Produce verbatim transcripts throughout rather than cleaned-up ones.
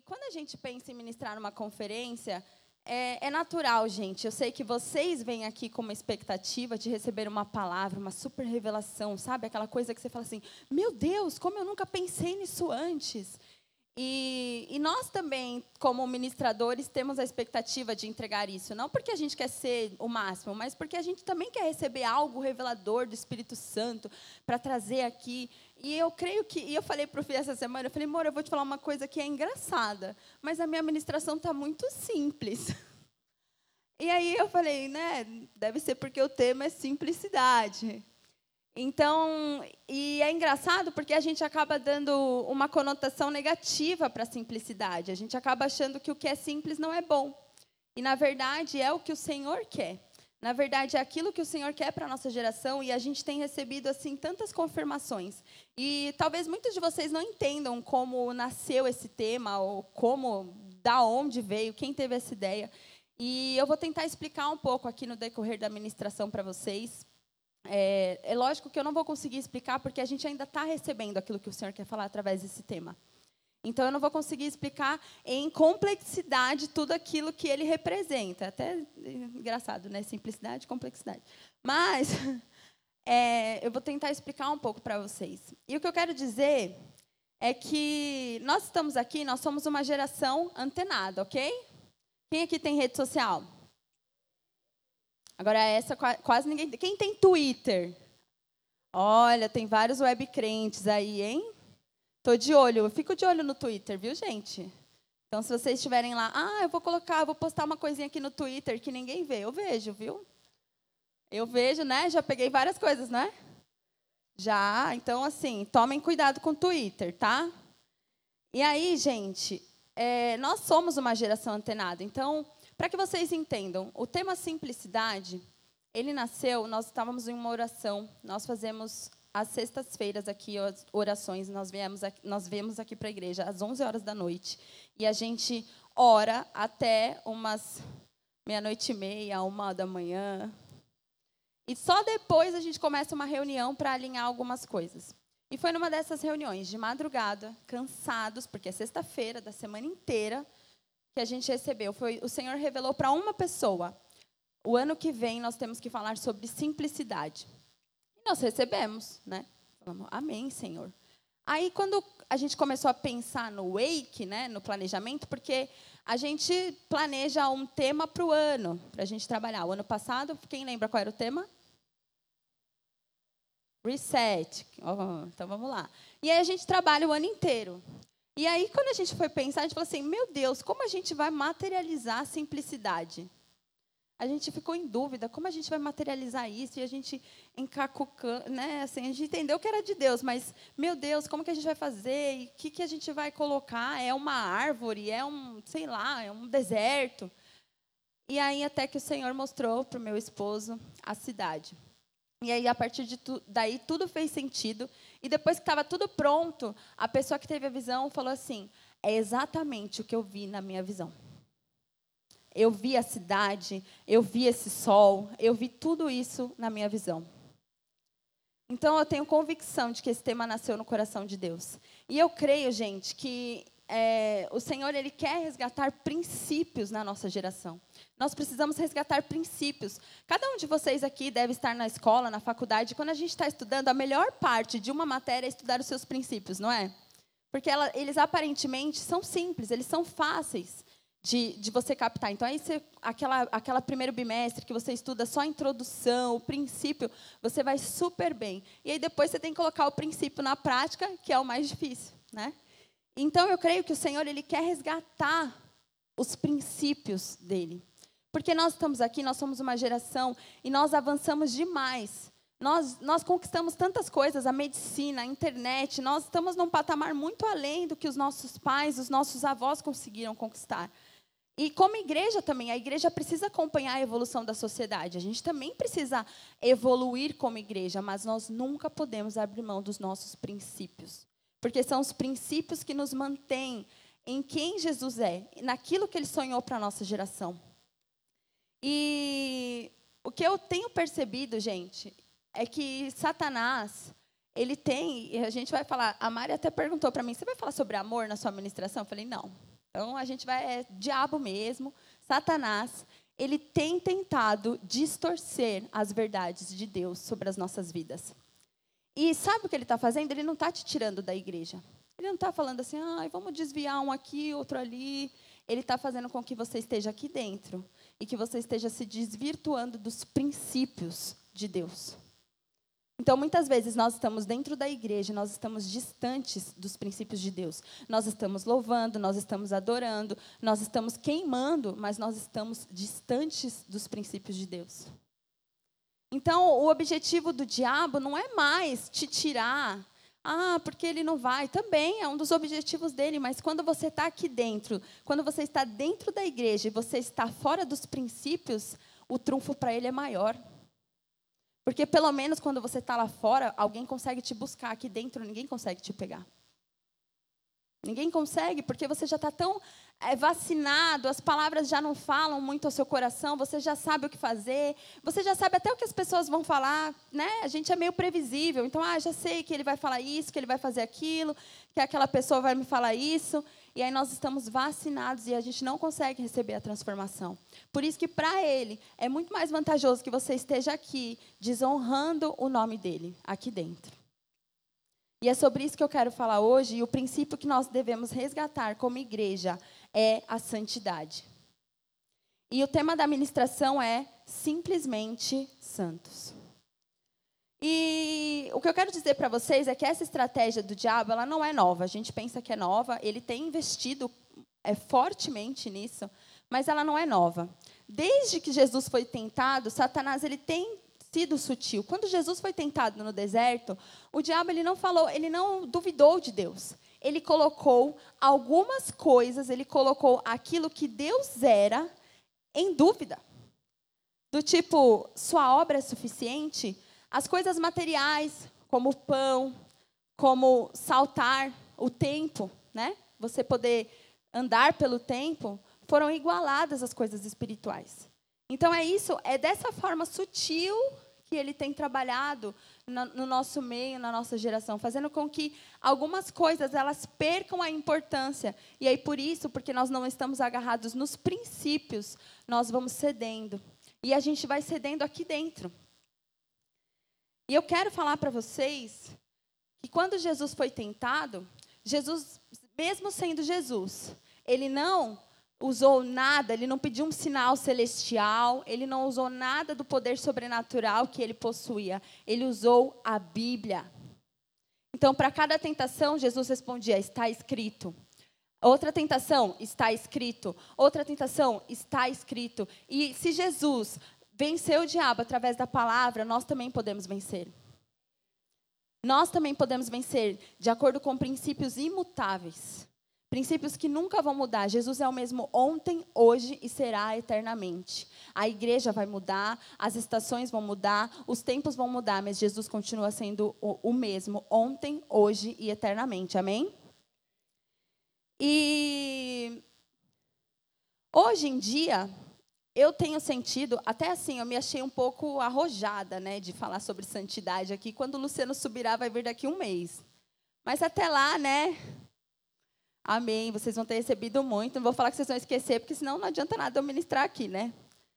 quando a gente pensa em ministrar numa conferência, é, é natural, gente. Eu sei que vocês vêm aqui com uma expectativa de receber uma palavra, uma super revelação, sabe? Aquela coisa que você fala assim, meu Deus, como eu nunca pensei nisso antes. E, e nós também, como ministradores, temos a expectativa de entregar isso. Não porque a gente quer ser o máximo, mas porque a gente também quer receber algo revelador do Espírito Santo para trazer aqui. E eu creio que... E eu falei para o Fih essa semana, eu falei, amor, eu vou te falar uma coisa que é engraçada, mas a minha ministração está muito simples. E aí eu falei, né, deve ser porque o tema é simplicidade. Então, e é engraçado porque a gente acaba dando uma conotação negativa para a simplicidade. A gente acaba achando que o que é simples não é bom. E, na verdade, é o que o Senhor quer. Na verdade, é aquilo que o Senhor quer para a nossa geração, e a gente tem recebido assim tantas confirmações. E talvez muitos de vocês não entendam como nasceu esse tema, ou como, da onde veio, quem teve essa ideia. E eu vou tentar explicar um pouco aqui no decorrer da ministração para vocês. É, é lógico que eu não vou conseguir explicar, porque a gente ainda está recebendo aquilo que o Senhor quer falar através desse tema. Então, eu não vou conseguir explicar em complexidade tudo aquilo que ele representa. Até engraçado, né? Simplicidade e complexidade. Mas é, eu vou tentar explicar um pouco para vocês. E o que eu quero dizer é que nós estamos aqui, nós somos uma geração antenada, ok? Quem aqui tem rede social? Agora, essa quase ninguém tem. Quem tem Twitter? Olha, tem vários web crentes aí, hein? Estou de olho. Eu fico de olho no Twitter, viu, gente? Então, se vocês estiverem lá, ah, eu vou colocar, vou postar uma coisinha aqui no Twitter que ninguém vê. Eu vejo, viu? Eu vejo, né? Já peguei várias coisas, né? Já. Então, assim, tomem cuidado com o Twitter, tá? E aí, gente, é, nós somos uma geração antenada. Então... Para que vocês entendam, o tema simplicidade, ele nasceu, nós estávamos em uma oração, nós fazemos às sextas-feiras aqui as orações, nós viemos aqui, nós viemos aqui para a igreja às onze horas da noite, e a gente ora até umas meia-noite e meia, uma da manhã, e só depois a gente começa uma reunião para alinhar algumas coisas. E foi numa dessas reuniões, de madrugada, cansados, porque é sexta-feira da semana inteira, que a gente recebeu, foi o Senhor revelou para uma pessoa, o ano que vem nós temos que falar sobre simplicidade. E nós recebemos, né? Falamos, amém, Senhor. Aí, quando a gente começou a pensar no wake, né, no planejamento, porque a gente planeja um tema para o ano, para a gente trabalhar. O ano passado, quem lembra qual era o tema? Reset. Oh, então, vamos lá. E aí, a gente trabalha o ano inteiro. E aí, quando a gente foi pensar, a gente falou assim, meu Deus, como a gente vai materializar a simplicidade? A gente ficou em dúvida, como a gente vai materializar isso? E a gente encacucando, né? Assim, a gente entendeu que era de Deus, mas, meu Deus, como que a gente vai fazer? E o que, que a gente vai colocar? É uma árvore? É um, sei lá, é um deserto? E aí, até que o Senhor mostrou para o meu esposo a cidade. E aí, a partir de tu, daí, tudo fez sentido. E depois que estava tudo pronto, a pessoa que teve a visão falou assim, é exatamente o que eu vi na minha visão. Eu vi a cidade, eu vi esse sol, eu vi tudo isso na minha visão. Então, eu tenho convicção de que esse tema nasceu no coração de Deus. E eu creio, gente, que é, o Senhor ele quer resgatar princípios na nossa geração. Nós precisamos resgatar princípios. Cada um de vocês aqui deve estar na escola, na faculdade. Quando a gente está estudando, a melhor parte de uma matéria é estudar os seus princípios, não é? Porque ela, eles aparentemente são simples, eles são fáceis de, de você captar. Então, aí você, aquela, aquela primeiro bimestre que você estuda só a introdução, o princípio, você vai super bem. E aí depois você tem que colocar o princípio na prática, que é o mais difícil, né? Então, eu creio que o Senhor ele quer resgatar os princípios dele. Porque nós estamos aqui, nós somos uma geração e nós avançamos demais. Nós, nós conquistamos tantas coisas, a medicina, a internet, nós estamos num patamar muito além do que os nossos pais, os nossos avós conseguiram conquistar. E como igreja também, a igreja precisa acompanhar a evolução da sociedade. A gente também precisa evoluir como igreja, mas nós nunca podemos abrir mão dos nossos princípios. Porque são os princípios que nos mantêm em quem Jesus é, naquilo que Ele sonhou para a nossa geração. E o que eu tenho percebido, gente, é que Satanás, ele tem, e a gente vai falar, a Mari até perguntou para mim, você vai falar sobre amor na sua ministração? Eu falei, não. Então, a gente vai, é diabo mesmo, Satanás, ele tem tentado distorcer as verdades de Deus sobre as nossas vidas. E sabe o que ele está fazendo? Ele não está te tirando da igreja. Ele não está falando assim, ah, vamos desviar um aqui, outro ali. Ele está fazendo com que você esteja aqui dentro e que você esteja se desvirtuando dos princípios de Deus. Então, muitas vezes, nós estamos dentro da igreja, nós estamos distantes dos princípios de Deus. Nós estamos louvando, nós estamos adorando, nós estamos queimando, mas nós estamos distantes dos princípios de Deus. Então, o objetivo do diabo não é mais te tirar, ah, porque ele não vai. Também é um dos objetivos dele, mas quando você está aqui dentro, quando você está dentro da igreja e você está fora dos princípios, o trunfo para ele é maior. Porque, pelo menos, quando você está lá fora, alguém consegue te buscar. Aqui dentro, ninguém consegue te pegar. Ninguém consegue, porque você já está tão é, vacinado, as palavras já não falam muito ao seu coração, você já sabe o que fazer, você já sabe até o que as pessoas vão falar, né? A gente é meio previsível. Então, ah, já sei que ele vai falar isso, que ele vai fazer aquilo, que aquela pessoa vai me falar isso. E aí nós estamos vacinados e a gente não consegue receber a transformação. Por isso que, para ele, é muito mais vantajoso que você esteja aqui, desonrando o nome dele, aqui dentro. E é sobre isso que eu quero falar hoje, e o princípio que nós devemos resgatar como igreja é a santidade. E o tema da ministração é simplesmente santos. E o que eu quero dizer para vocês é que essa estratégia do diabo, ela não é nova. A gente pensa que é nova, ele tem investido é, fortemente nisso, mas ela não é nova. Desde que Jesus foi tentado, Satanás ele tem sido sutil. Quando Jesus foi tentado no deserto, o diabo ele não falou, ele não duvidou de Deus. Ele colocou algumas coisas, ele colocou aquilo que Deus era em dúvida. Do tipo, sua obra é suficiente? As coisas materiais, como o pão, como saltar o tempo, né? Você poder andar pelo tempo, foram igualadas às coisas espirituais. Então, é isso, é dessa forma sutil que ele tem trabalhado no, no nosso meio, na nossa geração, fazendo com que algumas coisas elas percam a importância. E aí, por isso, porque nós não estamos agarrados nos princípios, nós vamos cedendo. E a gente vai cedendo aqui dentro. E eu quero falar para vocês que quando Jesus foi tentado, Jesus, mesmo sendo Jesus, ele não usou nada, ele não pediu um sinal celestial, ele não usou nada do poder sobrenatural que ele possuía. Ele usou a Bíblia. Então, para cada tentação, Jesus respondia, está escrito. Outra tentação, está escrito. Outra tentação, está escrito. E se Jesus venceu o diabo através da palavra, nós também podemos vencer. Nós também podemos vencer de acordo com princípios imutáveis. Princípios que nunca vão mudar. Jesus é o mesmo ontem, hoje e será eternamente. A igreja vai mudar, as estações vão mudar, os tempos vão mudar, mas Jesus continua sendo o, o mesmo ontem, hoje e eternamente. Amém? E hoje em dia, eu tenho sentido, até assim, eu me achei um pouco arrojada, né, de falar sobre santidade aqui. Quando o Luciano subirá, vai vir daqui um mês. Mas até lá, né? Amém. Vocês vão ter recebido muito. Não vou falar que vocês vão esquecer, porque senão não adianta nada eu ministrar aqui, né?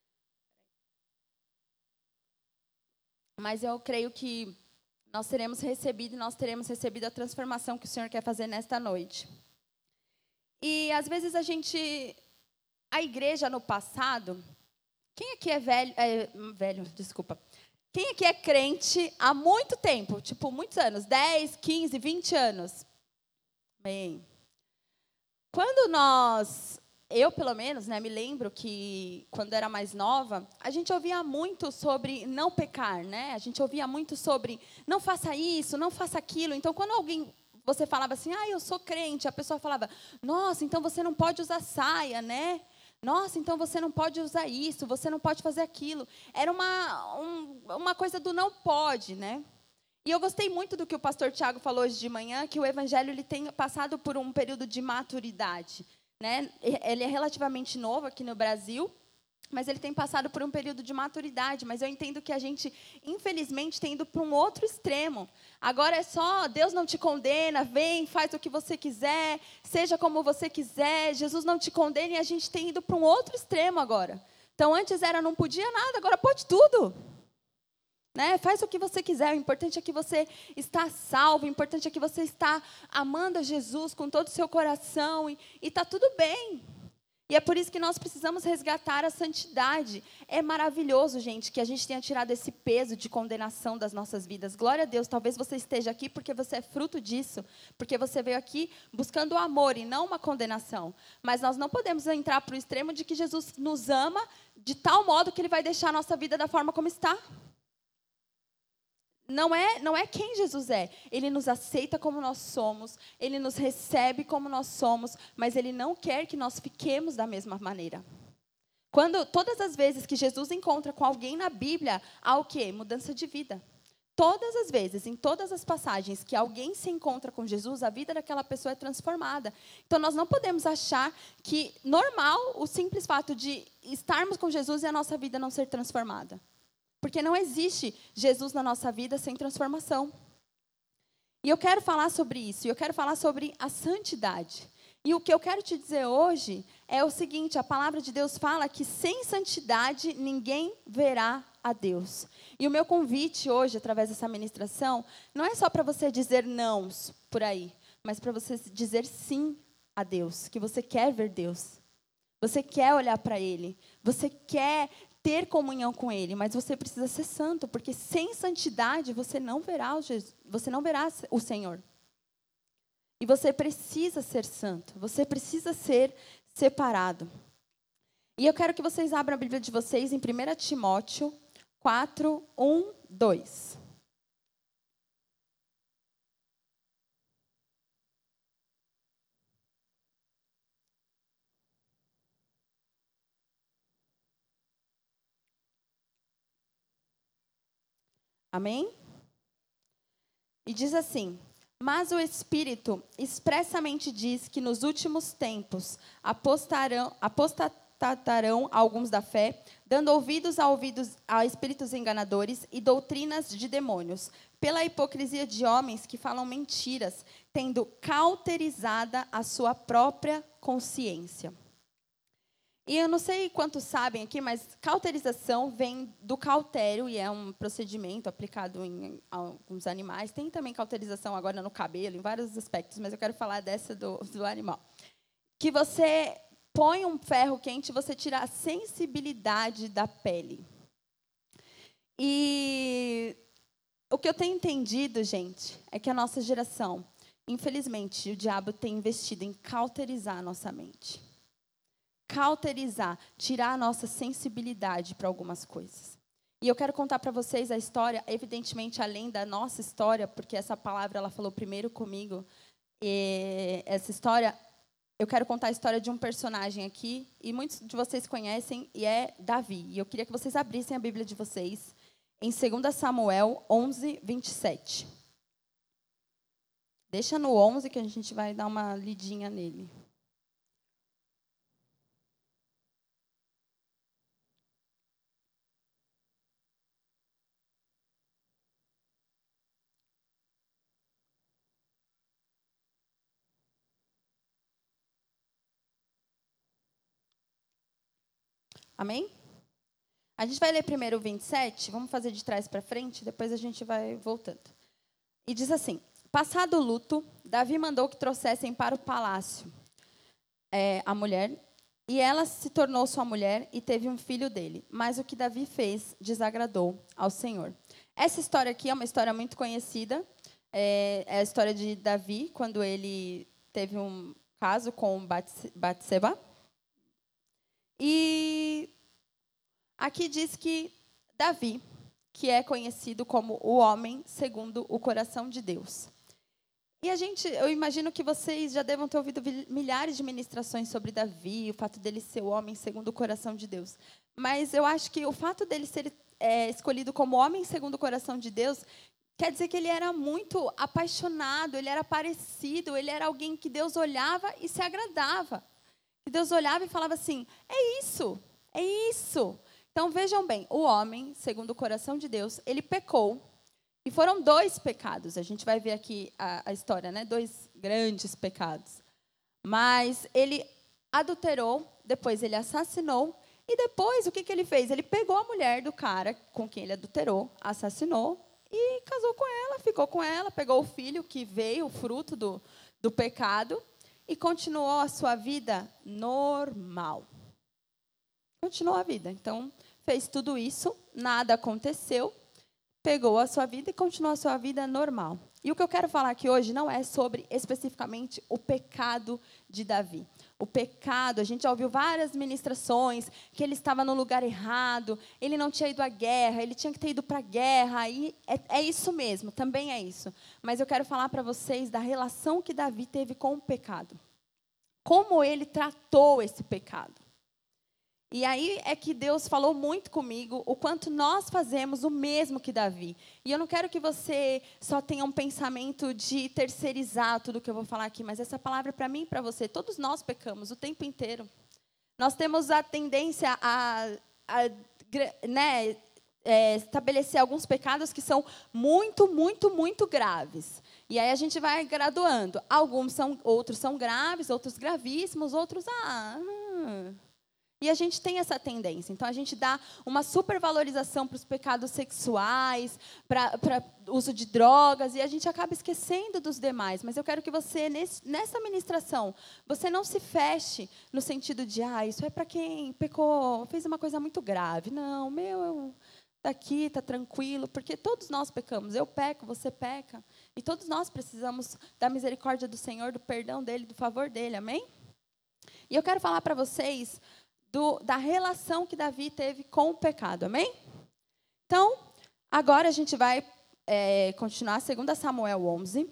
Mas eu creio que nós teremos recebido, nós teremos recebido a transformação que o Senhor quer fazer nesta noite. E às vezes a gente, a igreja no passado, quem aqui é velho, é, velho, desculpa. Quem aqui é crente há muito tempo, tipo muitos anos, dez, quinze, vinte anos? Amém. Quando nós, eu pelo menos, né, me lembro que quando era mais nova, a gente ouvia muito sobre não pecar, né? A gente ouvia muito sobre não faça isso, não faça aquilo. Então, quando alguém, você falava assim, ah, eu sou crente, a pessoa falava, nossa, então você não pode usar saia, né? Nossa, então você não pode usar isso, você não pode fazer aquilo. Era uma, um, uma coisa do não pode, né? E eu gostei muito do que o pastor Tiago falou hoje de manhã, que o evangelho ele tem passado por um período de maturidade, né? Ele é relativamente novo aqui no Brasil, mas ele tem passado por um período de maturidade, mas eu entendo que a gente, infelizmente, tem ido para um outro extremo. Agora é só, Deus não te condena, vem, faz o que você quiser, seja como você quiser, Jesus não te condena, e a gente tem ido para um outro extremo agora. Então, antes era não podia nada, agora pode tudo. Né? Faz o que você quiser, o importante é que você está salvo, o importante é que você está amando a Jesus com todo o seu coração, e está tudo bem. E é por isso que nós precisamos resgatar a santidade. É maravilhoso, gente, que a gente tenha tirado esse peso de condenação das nossas vidas. Glória a Deus, talvez você esteja aqui porque você é fruto disso, porque você veio aqui buscando o amor e não uma condenação. Mas nós não podemos entrar para o extremo de que Jesus nos ama de tal modo que Ele vai deixar a nossa vida da forma como está. Não é, não é quem Jesus é. Ele nos aceita como nós somos, Ele nos recebe como nós somos, mas Ele não quer que nós fiquemos da mesma maneira. Quando, todas as vezes que Jesus encontra com alguém na Bíblia, há o quê? Mudança de vida. Todas as vezes, em todas as passagens que alguém se encontra com Jesus, a vida daquela pessoa é transformada. Então, nós não podemos achar que normal o simples fato de estarmos com Jesus e a nossa vida não ser transformada. Porque não existe Jesus na nossa vida sem transformação. E eu quero falar sobre isso. E eu quero falar sobre a santidade. E o que eu quero te dizer hoje é o seguinte. A palavra de Deus fala que sem santidade ninguém verá a Deus. E o meu convite hoje, através dessa ministração, não é só para você dizer não por aí. Mas para você dizer sim a Deus. Que você quer ver Deus. Você quer olhar para Ele. Você quer ter comunhão com Ele, mas você precisa ser santo, porque sem santidade você não verá o, Jesus, você não verá o Senhor. E você precisa ser santo, você precisa ser separado. E eu quero que vocês abram a Bíblia de vocês em primeira Timóteo quatro, um, dois. Amém? E diz assim: mas o Espírito expressamente diz que nos últimos tempos apostarão, apostatarão alguns da fé, dando ouvidos a, ouvidos a espíritos enganadores e doutrinas de demônios, pela hipocrisia de homens que falam mentiras, tendo cauterizada a sua própria consciência. E eu não sei quantos sabem aqui, mas cauterização vem do cautério e é um procedimento aplicado em alguns animais. Tem também cauterização agora no cabelo, em vários aspectos, mas eu quero falar dessa do, do animal. Que você põe um ferro quente e você tira a sensibilidade da pele. E o que eu tenho entendido, gente, é que a nossa geração, infelizmente, o diabo tem investido em cauterizar a nossa mente. Cauterizar, tirar a nossa sensibilidade para algumas coisas. E eu quero contar para vocês a história, evidentemente, além da nossa história, porque essa palavra ela falou primeiro comigo. E essa história, eu quero contar a história de um personagem aqui, e muitos de vocês conhecem, e é Davi. E eu queria que vocês abrissem a Bíblia de vocês em dois Samuel onze, vinte e sete. Deixa no onze que a gente vai dar uma lidinha nele. Amém? A gente vai ler primeiro o vinte e sete, vamos fazer de trás para frente, depois a gente vai voltando. E diz assim: passado o luto, Davi mandou que trouxessem para o palácio é, a mulher, e ela se tornou sua mulher e teve um filho dele. Mas o que Davi fez desagradou ao Senhor. Essa história aqui é uma história muito conhecida, é, é a história de Davi, quando ele teve um caso com Batseba. E aqui diz que Davi, que é conhecido como o homem segundo o coração de Deus. E a gente, eu imagino que vocês já devam ter ouvido milhares de ministrações sobre Davi, o fato dele ser o homem segundo o coração de Deus. Mas eu acho que o fato dele ser é, escolhido como homem segundo o coração de Deus quer dizer que ele era muito apaixonado, ele era parecido, ele era alguém que Deus olhava e se agradava. Que Deus olhava e falava assim: é isso. É isso. Então, vejam bem, o homem, segundo o coração de Deus, ele pecou. E foram dois pecados. A gente vai ver aqui a, a história, né? Dois grandes pecados. Mas ele adulterou, depois ele assassinou. E depois, o que, que ele fez? Ele pegou a mulher do cara com quem ele adulterou, assassinou e casou com ela, ficou com ela, pegou o filho que veio, o fruto do, do pecado, e continuou a sua vida normal. Continuou a vida. Então, fez tudo isso, nada aconteceu, pegou a sua vida e continuou a sua vida normal. E o que eu quero falar aqui hoje não é sobre especificamente o pecado de Davi. O pecado, a gente já ouviu várias ministrações que ele estava no lugar errado, ele não tinha ido à guerra, ele tinha que ter ido para a guerra, e é, é isso mesmo, também é isso. Mas eu quero falar para vocês da relação que Davi teve com o pecado. Como ele tratou esse pecado. E aí é que Deus falou muito comigo o quanto nós fazemos o mesmo que Davi. E eu não quero que você só tenha um pensamento de terceirizar tudo que eu vou falar aqui, mas essa palavra é para mim e para você. Todos nós pecamos o tempo inteiro. Nós temos a tendência a, a né, é, estabelecer alguns pecados que são muito, muito, muito graves. E aí a gente vai graduando. Alguns são, outros são graves, outros gravíssimos, outros... ah. Hum. E a gente tem essa tendência. Então, a gente dá uma supervalorização para os pecados sexuais, para o uso de drogas, e a gente acaba esquecendo dos demais. Mas eu quero que você, nesse, nessa ministração, você não se feche no sentido de, ah, isso é para quem pecou, fez uma coisa muito grave. Não, meu, está aqui, está tranquilo, porque todos nós pecamos. Eu peco, você peca. E todos nós precisamos da misericórdia do Senhor, do perdão dEle, do favor dEle. Amém? E eu quero falar para vocês... Do, da relação que Davi teve com o pecado, amém? Então, agora a gente vai é, continuar, segundo Samuel onze.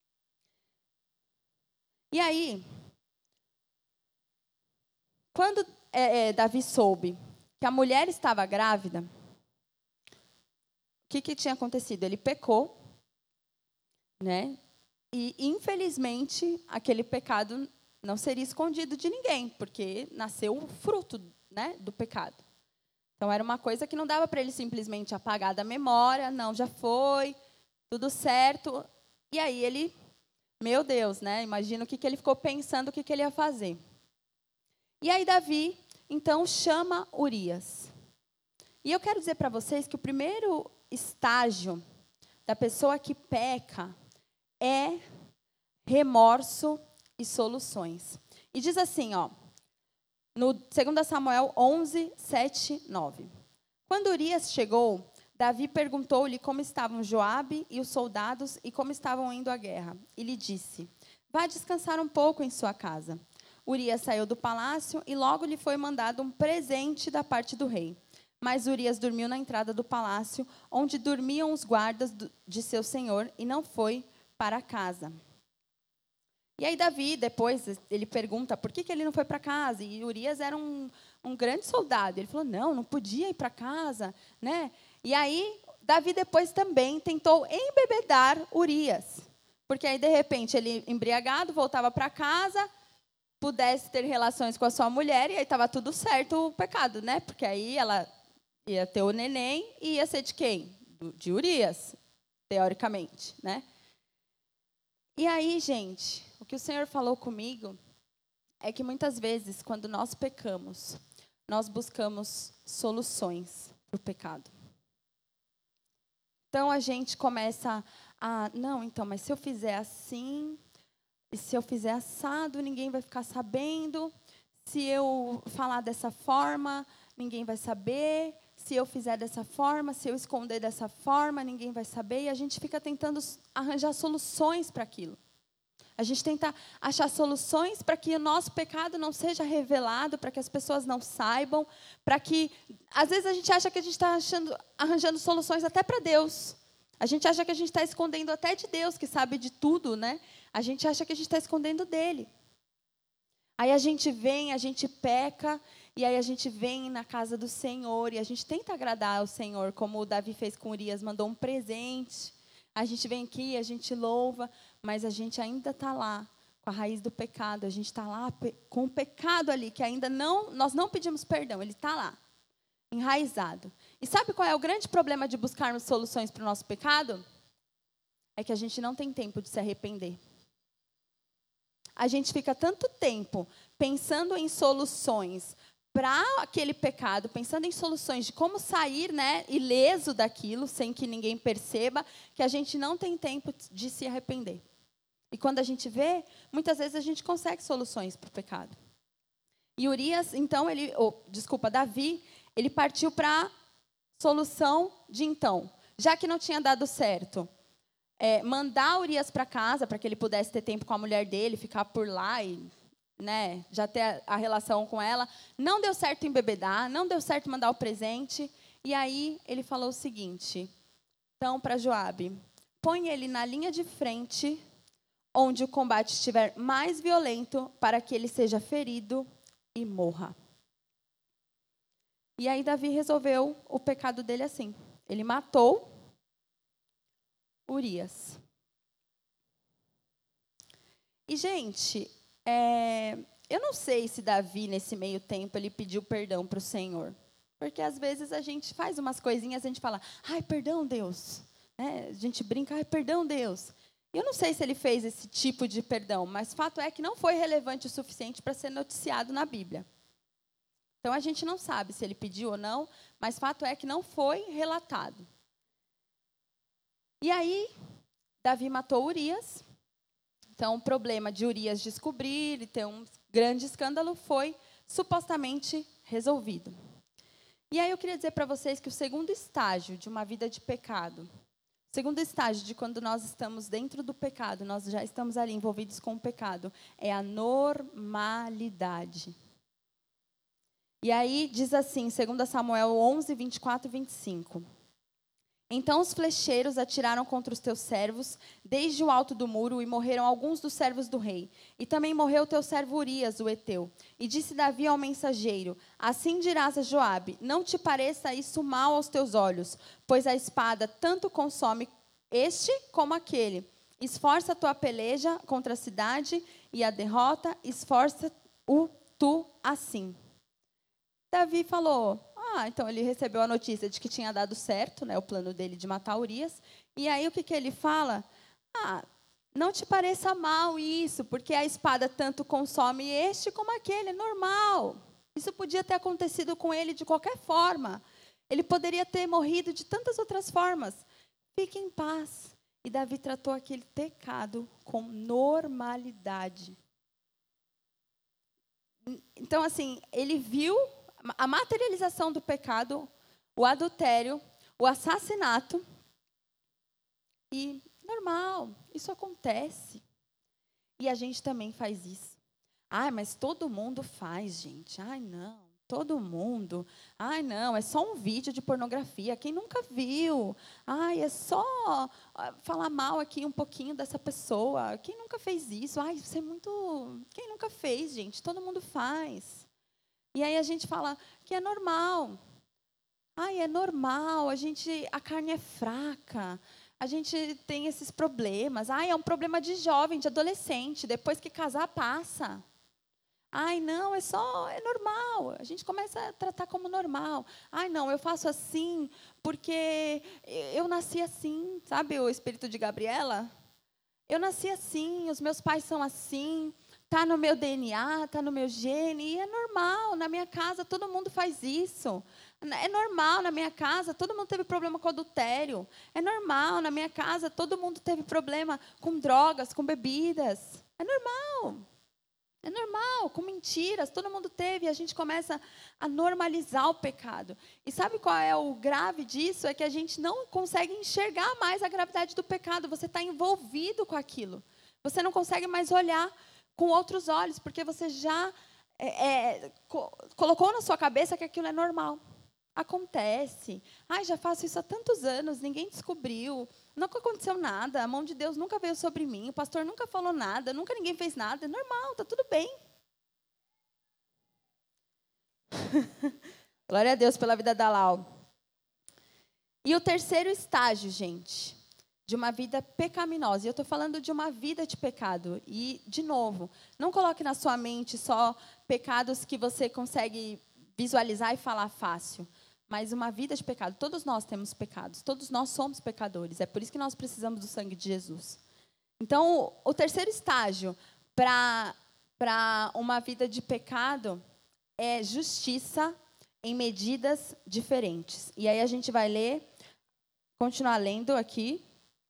E aí, quando é, é, Davi soube que a mulher estava grávida, o que, que tinha acontecido? Ele pecou, né? E, infelizmente, aquele pecado não seria escondido de ninguém, porque nasceu o fruto, né, do pecado. Então, era uma coisa que não dava para ele simplesmente apagar da memória. Não, já foi, tudo certo. E aí ele, meu Deus, né, imagina o que, que ele ficou pensando, o que, que ele ia fazer. E aí Davi, então, chama Urias. E eu quero dizer para vocês que o primeiro estágio da pessoa que peca é remorso e soluções. E diz assim, ó, no segundo Samuel onze, sete, nove. Quando Urias chegou, Davi perguntou-lhe como estavam Joabe e os soldados e como estavam indo à guerra. E lhe disse, vá descansar um pouco em sua casa. Urias saiu do palácio e logo lhe foi mandado um presente da parte do rei. Mas Urias dormiu na entrada do palácio, onde dormiam os guardas de seu senhor, e não foi para casa. E aí Davi, depois, ele pergunta por que, que ele não foi para casa. E Urias era um, um grande soldado. Ele falou, não, não podia ir para casa. Né? E aí, Davi depois também tentou embebedar Urias. Porque aí, de repente, ele embriagado, voltava para casa, pudesse ter relações com a sua mulher, e aí estava tudo certo o pecado, né? Porque aí ela ia ter o neném e ia ser de quem? De Urias, teoricamente, né? E aí, gente, o que o Senhor falou comigo é que muitas vezes, quando nós pecamos, nós buscamos soluções para o pecado. Então, a gente começa a, não, então, mas se eu fizer assim, e se eu fizer assado, ninguém vai ficar sabendo. Se eu falar dessa forma, ninguém vai saber. Se eu fizer dessa forma, se eu esconder dessa forma, ninguém vai saber. E a gente fica tentando arranjar soluções para aquilo. A gente tenta achar soluções para que o nosso pecado não seja revelado, para que as pessoas não saibam, para que... Às vezes a gente acha que a gente está arranjando soluções até para Deus. A gente acha que a gente está escondendo até de Deus, que sabe de tudo, né? A gente acha que a gente está escondendo dele. Aí a gente vem, a gente peca, e aí a gente vem na casa do Senhor, e a gente tenta agradar ao Senhor, como o Davi fez com Urias, mandou um presente. A gente vem aqui, a gente louva, mas a gente ainda está lá com a raiz do pecado. A gente está lá com o pecado ali, que ainda não, nós não pedimos perdão, ele está lá, enraizado. E sabe qual é o grande problema de buscarmos soluções para o nosso pecado? É que a gente não tem tempo de se arrepender. A gente fica tanto tempo pensando em soluções para aquele pecado, pensando em soluções de como sair, né, ileso daquilo, sem que ninguém perceba, que a gente não tem tempo de se arrepender. E quando a gente vê, muitas vezes a gente consegue soluções para o pecado. E Urias, então, ele, oh, desculpa, Davi, ele partiu para a solução de então. Já que não tinha dado certo, é, mandar Urias para casa, para que ele pudesse ter tempo com a mulher dele, ficar por lá e, né, já ter a, a relação com ela. Não deu certo embebedar, não deu certo mandar o presente. E aí ele falou o seguinte, então, para Joabe, põe ele na linha de frente, onde o combate estiver mais violento, para que ele seja ferido e morra. E aí Davi resolveu o pecado dele assim. Ele matou Urias. E, gente, é, eu não sei se Davi, nesse meio tempo, ele pediu perdão para o Senhor. Porque, às vezes, a gente faz umas coisinhas, a gente fala, ai, perdão, Deus. É, a gente brinca, ai, perdão, Deus. Eu não sei se ele fez esse tipo de perdão, mas fato é que não foi relevante o suficiente para ser noticiado na Bíblia. Então, a gente não sabe se ele pediu ou não, mas fato é que não foi relatado. E aí, Davi matou Urias. Então, o problema de Urias descobrir e ter um grande escândalo foi supostamente resolvido. E aí eu queria dizer para vocês que o segundo estágio de uma vida de pecado, o segundo estágio de quando nós estamos dentro do pecado, nós já estamos ali envolvidos com o pecado, é a normalidade. E aí diz assim, segundo Samuel onze, vinte e quatro e vinte e cinco. Então os flecheiros atiraram contra os teus servos, desde o alto do muro, e morreram alguns dos servos do rei. E também morreu o teu servo Urias, o heteu. E disse Davi ao mensageiro, assim dirás a Joabe, não te pareça isso mal aos teus olhos, pois a espada tanto consome este como aquele. Esforça a tua peleja contra a cidade, e a derrota, esforça-o tu assim. Davi falou, ah, então ele recebeu a notícia de que tinha dado certo, né, o plano dele de matar Urias. E aí o que, que ele fala? Ah, não te pareça mal isso, porque a espada tanto consome este como aquele, é normal. Isso podia ter acontecido com ele de qualquer forma. Ele poderia ter morrido de tantas outras formas. Fique em paz. E Davi tratou aquele pecado com normalidade. Então, assim, ele viu a materialização do pecado, o adultério, o assassinato. E, normal, isso acontece. E a gente também faz isso. Ai, mas todo mundo faz, gente. Ai, não, todo mundo. Ai, não, é só um vídeo de pornografia. Quem nunca viu? Ai, é só falar mal aqui um pouquinho dessa pessoa. Quem nunca fez isso? Ai, isso é muito... Quem nunca fez, gente? Todo mundo faz. E aí a gente fala que é normal. Ai, é normal, a gente, a carne é fraca, a gente tem esses problemas. Ai, é um problema de jovem, de adolescente, depois que casar, passa. Ai, não, é só, é normal. A gente começa a tratar como normal. Ai, não, eu faço assim porque eu nasci assim, sabe o espírito de Gabriela? Eu nasci assim, os meus pais são assim. Está no meu D N A, está no meu gene, e é normal, na minha casa todo mundo faz isso. É normal, na minha casa todo mundo teve problema com adultério. É normal, na minha casa todo mundo teve problema com drogas, com bebidas. É normal, é normal, com mentiras, todo mundo teve. E a gente começa a normalizar o pecado. E sabe qual é o grave disso? É que a gente não consegue enxergar mais a gravidade do pecado. Você está envolvido com aquilo. Você não consegue mais olhar com outros olhos, porque você já é, é, co- colocou na sua cabeça que aquilo é normal. Acontece. Ai, já faço isso há tantos anos, ninguém descobriu, nunca aconteceu nada, a mão de Deus nunca veio sobre mim, o pastor nunca falou nada, nunca ninguém fez nada, é normal, está tudo bem. Glória a Deus pela vida da Lau. E o terceiro estágio, gente, de uma vida pecaminosa. E eu estou falando de uma vida de pecado. E, de novo, não coloque na sua mente só pecados que você consegue visualizar e falar fácil. Mas uma vida de pecado. Todos nós temos pecados. Todos nós somos pecadores. É por isso que nós precisamos do sangue de Jesus. Então, o terceiro estágio para para uma vida de pecado é justiça em medidas diferentes. E aí a gente vai ler, continuar lendo aqui.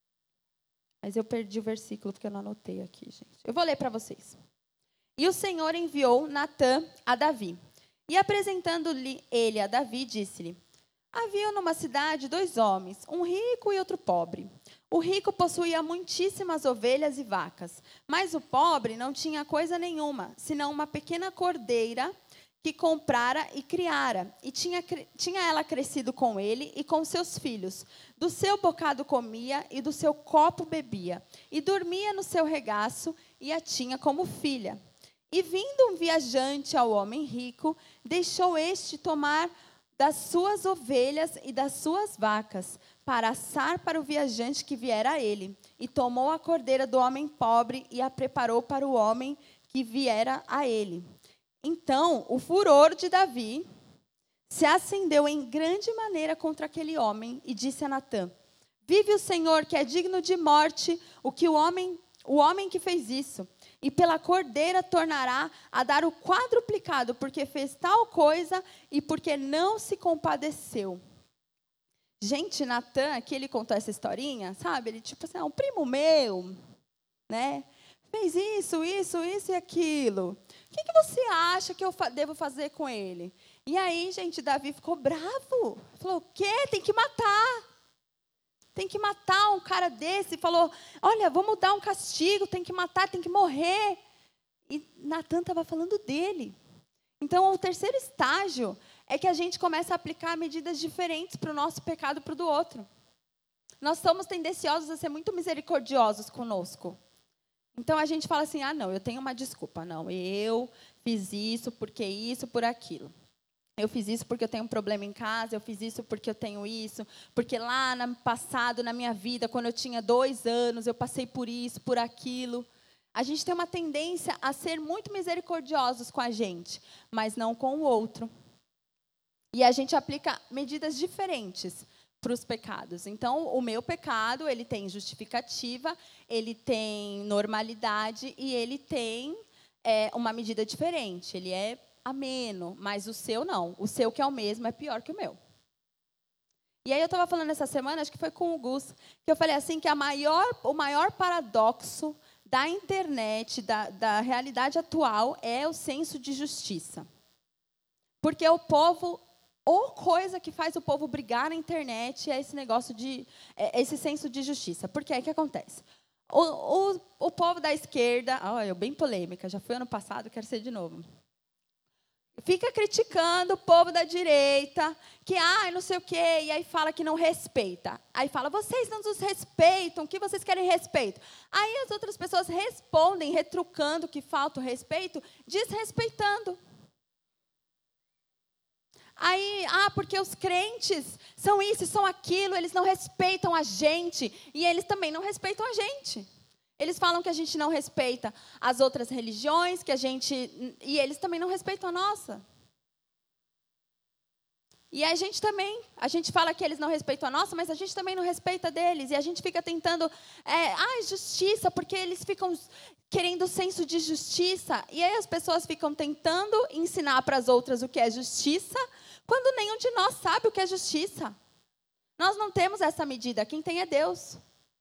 Mas eu perdi o versículo porque eu não anotei aqui, gente. Eu vou ler para vocês. E o Senhor enviou Natã a Davi. E apresentando-lhe ele a Davi, disse-lhe: havia numa cidade dois homens, um rico e outro pobre. O rico possuía muitíssimas ovelhas e vacas, mas o pobre não tinha coisa nenhuma, senão uma pequena cordeira que comprara e criara, e tinha, tinha ela crescido com ele e com seus filhos. Do seu bocado comia e do seu copo bebia, e dormia no seu regaço e a tinha como filha. E vindo um viajante ao homem rico, deixou este tomar das suas ovelhas e das suas vacas, para assar para o viajante que viera a ele. E tomou a cordeira do homem pobre e a preparou para o homem que viera a ele. Então, o furor de Davi se acendeu em grande maneira contra aquele homem e disse a Natã: vive o Senhor, que é digno de morte, o que o homem, o homem que fez isso, e pela cordeira tornará a dar o quadruplicado, porque fez tal coisa e porque não se compadeceu. Gente, Natã, aqui ele contou essa historinha, sabe? Ele tipo assim, ah, um primo meu, né? Fez isso, isso, isso e aquilo. O que, que você acha que eu fa- devo fazer com ele? E aí, gente, Davi ficou bravo. Falou, o quê? Tem que matar. Tem que matar um cara desse. Falou, olha, vamos dar um castigo, tem que matar, tem que morrer. E Natã estava falando dele. Então, o terceiro estágio é que a gente começa a aplicar medidas diferentes para o nosso pecado e para o do outro. Nós somos tendenciosos a ser muito misericordiosos conosco. Então, a gente fala assim, ah, não, eu tenho uma desculpa. Não, eu fiz isso, porque isso, por aquilo. Eu fiz isso porque eu tenho um problema em casa, eu fiz isso porque eu tenho isso, porque lá no passado, na minha vida, quando eu tinha dois anos, eu passei por isso, por aquilo. A gente tem uma tendência a ser muito misericordiosos com a gente, mas não com o outro. E a gente aplica medidas diferentes para os pecados. Então, o meu pecado, ele tem justificativa, ele tem normalidade e ele tem é, uma medida diferente. Ele é ameno, mas o seu não. O seu, que é o mesmo, é pior que o meu. E aí eu estava falando essa semana, acho que foi com o Gus, que eu falei assim, que a maior, o maior paradoxo da internet, da, da realidade atual, é o senso de justiça. Porque o povo, ou coisa que faz o povo brigar na internet, é esse negócio de, é esse senso de justiça. Porque aí o que acontece? O, o, o povo da esquerda, olha, eu bem polêmica, já foi ano passado, quero ser de novo. Fica criticando o povo da direita, que, ah, não sei o quê, e aí fala que não respeita. Aí fala, vocês não nos respeitam, o que vocês querem respeito? Aí as outras pessoas respondem, retrucando que falta o respeito, desrespeitando. Aí, ah, porque os crentes são isso, são aquilo, eles não respeitam a gente, e eles também não respeitam a gente. Eles falam que a gente não respeita as outras religiões, que a gente, e eles também não respeitam a nossa. E a gente também, a gente fala que eles não respeitam a nossa, mas a gente também não respeita deles. E a gente fica tentando, é, ah, justiça, porque eles ficam querendo o senso de justiça. E aí as pessoas ficam tentando ensinar para as outras o que é justiça, quando nenhum de nós sabe o que é justiça. Nós não temos essa medida, quem tem é Deus.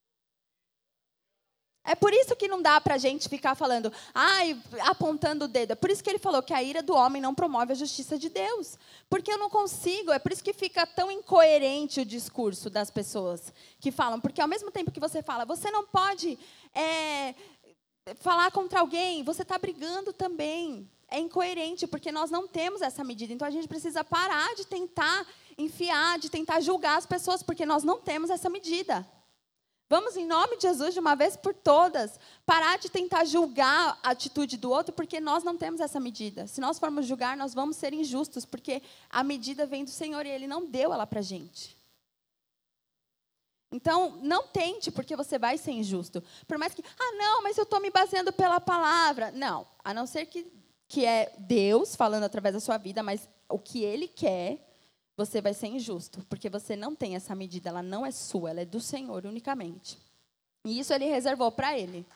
É por isso que não dá para a gente ficar falando, ai, apontando o dedo. É por isso que ele falou que a ira do homem não promove a justiça de Deus. Porque eu não consigo, é por isso que fica tão incoerente o discurso das pessoas que falam. Porque ao mesmo tempo que você fala, você não pode é, falar contra alguém, você está brigando também. É incoerente, porque nós não temos essa medida. Então, a gente precisa parar de tentar enfiar, de tentar julgar as pessoas, porque nós não temos essa medida. Vamos, em nome de Jesus, de uma vez por todas, parar de tentar julgar a atitude do outro, porque nós não temos essa medida. Se nós formos julgar, nós vamos ser injustos, porque a medida vem do Senhor e Ele não deu ela para a gente. Então, não tente, porque você vai ser injusto. Por mais que, ah, não, mas eu estou me baseando pela palavra. Não, a não ser que, que é Deus falando através da sua vida, mas o que Ele quer, você vai ser injusto. Porque você não tem essa medida, ela não é sua, ela é do Senhor unicamente. E isso Ele reservou para Ele.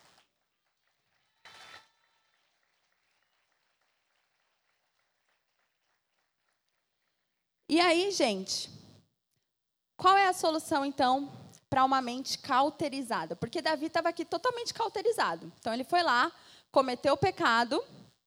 E aí, gente, qual é a solução, então, para uma mente cauterizada? Porque Davi estava aqui totalmente cauterizado. Então, ele foi lá, cometeu o pecado,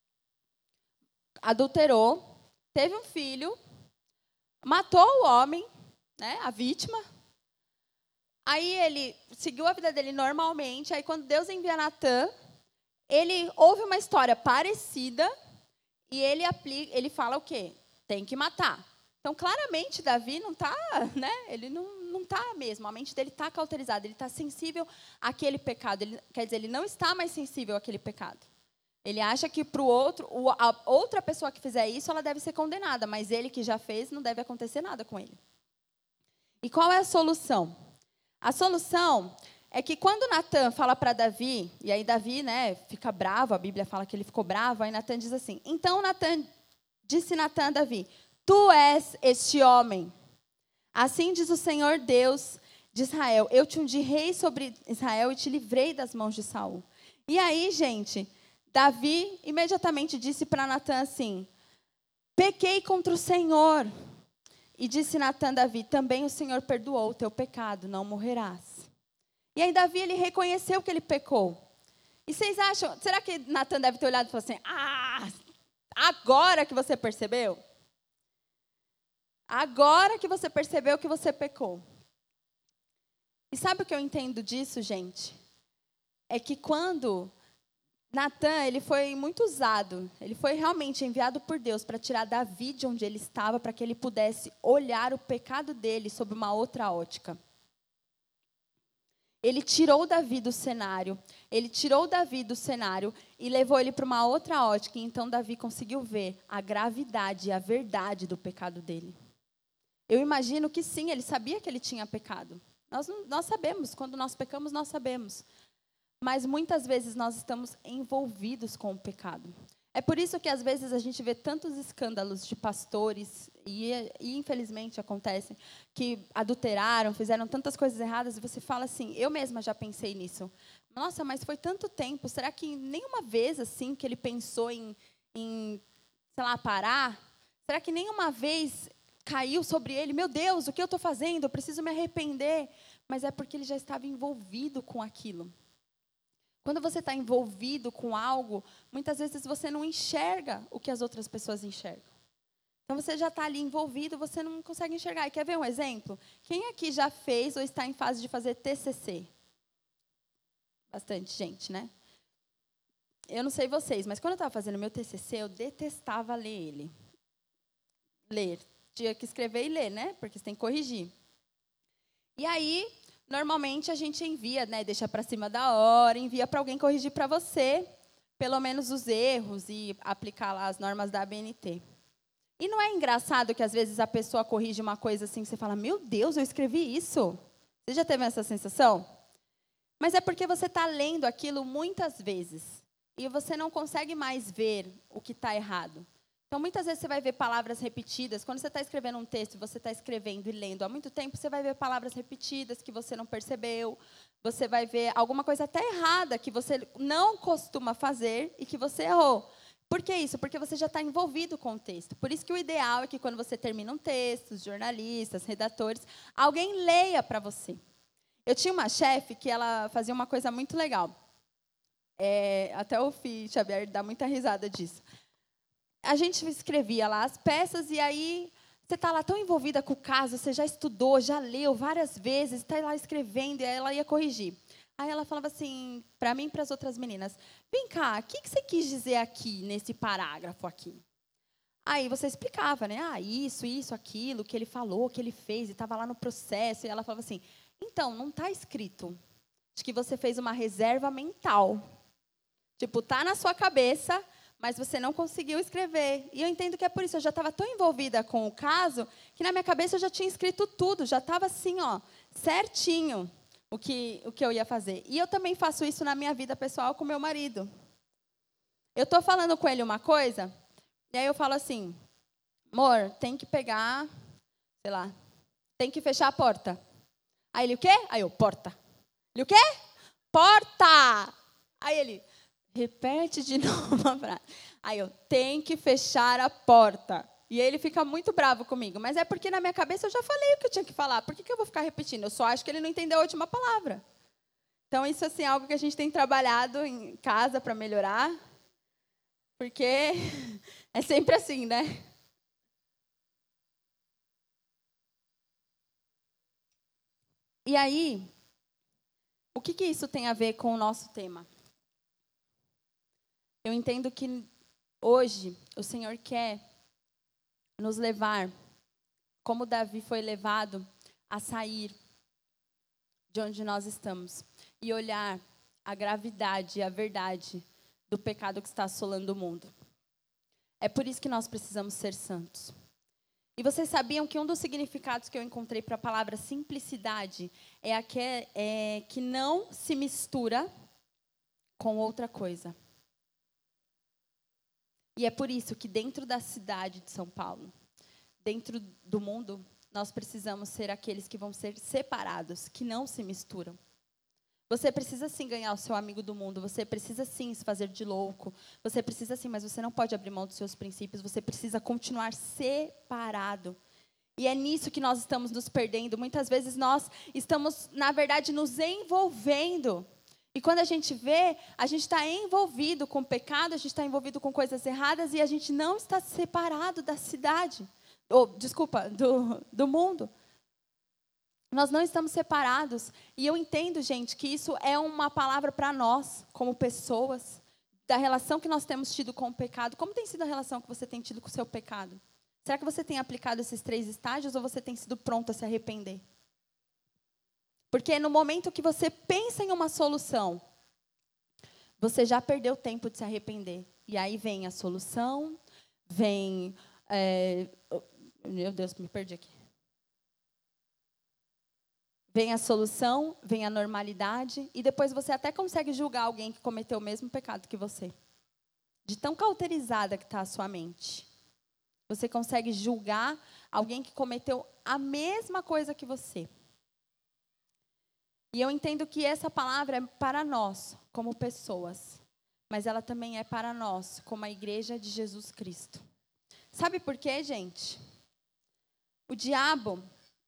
adulterou, teve um filho, matou o homem, né, a vítima. Aí, ele seguiu a vida dele normalmente. Aí, quando Deus envia Natã, ele ouve uma história parecida e ele, aplica, ele fala o quê? Tem que matar. Então, claramente, Davi não está, né? Ele não não está mesmo. A mente dele está cauterizada. Ele está sensível àquele pecado. Ele, quer dizer, ele não está mais sensível àquele pecado. Ele acha que para o outro, a outra pessoa que fizer isso, ela deve ser condenada. Mas ele que já fez, não deve acontecer nada com ele. E qual é a solução? A solução é que quando Natã fala para Davi, e aí Davi, né, fica bravo, a Bíblia fala que ele ficou bravo, aí Natã diz assim, então Natã, disse Natã a Davi, tu és este homem. Assim diz o Senhor Deus de Israel, eu te undi rei sobre Israel e te livrei das mãos de Saul. E aí, gente, Davi imediatamente disse para Natã assim, pequei contra o Senhor. E disse Natã a Davi, também o Senhor perdoou o teu pecado, não morrerás. E aí Davi, ele reconheceu que ele pecou. E vocês acham, será que Natã deve ter olhado e falado assim, ah, agora que você percebeu? Agora que você percebeu que você pecou. E sabe o que eu entendo disso, gente? É que quando Natã, ele foi muito usado, ele foi realmente enviado por Deus para tirar Davi de onde ele estava, para que ele pudesse olhar o pecado dele sob uma outra ótica. Ele tirou Davi do cenário, ele tirou Davi do cenário e levou ele para uma outra ótica. E então Davi conseguiu ver a gravidade e a verdade do pecado dele. Eu imagino que sim, ele sabia que ele tinha pecado. Nós, nós sabemos, quando nós pecamos, nós sabemos. Mas muitas vezes nós estamos envolvidos com o pecado. É por isso que às vezes a gente vê tantos escândalos de pastores, e, e infelizmente acontecem, que adulteraram, fizeram tantas coisas erradas, e você fala assim, eu mesma já pensei nisso. Nossa, mas foi tanto tempo, será que nenhuma vez assim que ele pensou em, em sei lá, parar? Será que nenhuma vez caiu sobre ele, meu Deus, o que eu estou fazendo? Eu preciso me arrepender. Mas é porque ele já estava envolvido com aquilo. Quando você está envolvido com algo, muitas vezes você não enxerga o que as outras pessoas enxergam. Então, você já está ali envolvido, você não consegue enxergar. E quer ver um exemplo? Quem aqui já fez ou está em fase de fazer T C C? Bastante gente, né? Eu não sei vocês, mas quando eu estava fazendo meu T C C, eu detestava ler ele. Ler. Tinha que escrever e ler, né? Porque você tem que corrigir. E aí, normalmente, a gente envia, né? Deixa para cima da hora, envia para alguém corrigir para você, pelo menos os erros e aplicar lá as normas da A B N T. E não é engraçado que, às vezes, a pessoa corrige uma coisa assim, que você fala, meu Deus, eu escrevi isso? Você já teve essa sensação? Mas é porque você está lendo aquilo muitas vezes. E você não consegue mais ver o que está errado. Então, muitas vezes você vai ver palavras repetidas. Quando você está escrevendo um texto, você está escrevendo e lendo há muito tempo, você vai ver palavras repetidas que você não percebeu. Você vai ver alguma coisa até errada que você não costuma fazer e que você errou. Por que isso? Porque você já está envolvido com o texto. Por isso que o ideal é que quando você termina um texto, os jornalistas, redatores, alguém leia para você. Eu tinha uma chefe que ela fazia uma coisa muito legal. É, até o Fih Xavier dá muita risada disso. A gente escrevia lá as peças e aí você está lá tão envolvida com o caso, você já estudou, já leu várias vezes, está lá escrevendo e aí ela ia corrigir. Aí ela falava assim, para mim e para as outras meninas, vem cá, o que, que você quis dizer aqui, nesse parágrafo aqui? Aí você explicava, né? Ah, isso, isso, aquilo, que ele falou, que ele fez, e estava lá no processo. E ela falava assim, então, não está escrito. Acho que você fez uma reserva mental. Tipo, está na sua cabeça, mas você não conseguiu escrever. E eu entendo que é por isso, eu já estava tão envolvida com o caso, que na minha cabeça eu já tinha escrito tudo, já estava assim, ó, certinho o que, o que eu ia fazer. E eu também faço isso na minha vida pessoal com meu marido. Eu estou falando com ele uma coisa, e aí eu falo assim, amor, tem que pegar, sei lá, tem que fechar a porta. Aí ele, o quê? Aí eu, porta. Ele, o quê? Porta! Aí ele, repete de novo a frase. Aí eu, tem que fechar a porta. E ele fica muito bravo comigo. Mas é porque na minha cabeça eu já falei o que eu tinha que falar. Por que, que eu vou ficar repetindo? Eu só acho que ele não entendeu a última palavra. Então, isso assim, é algo que a gente tem trabalhado em casa para melhorar. Porque é sempre assim, né? E aí, o que, que isso tem a ver com o nosso tema? Eu entendo que hoje o Senhor quer nos levar, como Davi foi levado, a sair de onde nós estamos e olhar a gravidade e a verdade do pecado que está assolando o mundo. É por isso que nós precisamos ser santos. E vocês sabiam que um dos significados que eu encontrei para a palavra simplicidade é, a que, é que não se mistura com outra coisa. E é por isso que dentro da cidade de São Paulo, dentro do mundo, nós precisamos ser aqueles que vão ser separados, que não se misturam. Você precisa sim ganhar o seu amigo do mundo, você precisa sim se fazer de louco, você precisa sim, mas você não pode abrir mão dos seus princípios, você precisa continuar separado. E é nisso que nós estamos nos perdendo. Muitas vezes nós estamos, na verdade, nos envolvendo. E quando a gente vê, a gente está envolvido com pecado, a gente está envolvido com coisas erradas e a gente não está separado da cidade, ou, desculpa, do, do mundo. Nós não estamos separados. E eu entendo, gente, que isso é uma palavra para nós, como pessoas, da relação que nós temos tido com o pecado. Como tem sido a relação que você tem tido com o seu pecado? Será que você tem aplicado esses três estágios ou você tem sido pronto a se arrepender? Porque no momento que você pensa em uma solução, você já perdeu tempo de se arrepender. E aí vem a solução, vem... É, meu Deus, me perdi aqui. Vem a solução, vem a normalidade, e depois você até consegue julgar alguém que cometeu o mesmo pecado que você. De tão cauterizada que está a sua mente. Você consegue julgar alguém que cometeu a mesma coisa que você. E eu entendo que essa palavra é para nós, como pessoas. Mas ela também é para nós, como a igreja de Jesus Cristo. Sabe por quê, gente? O diabo,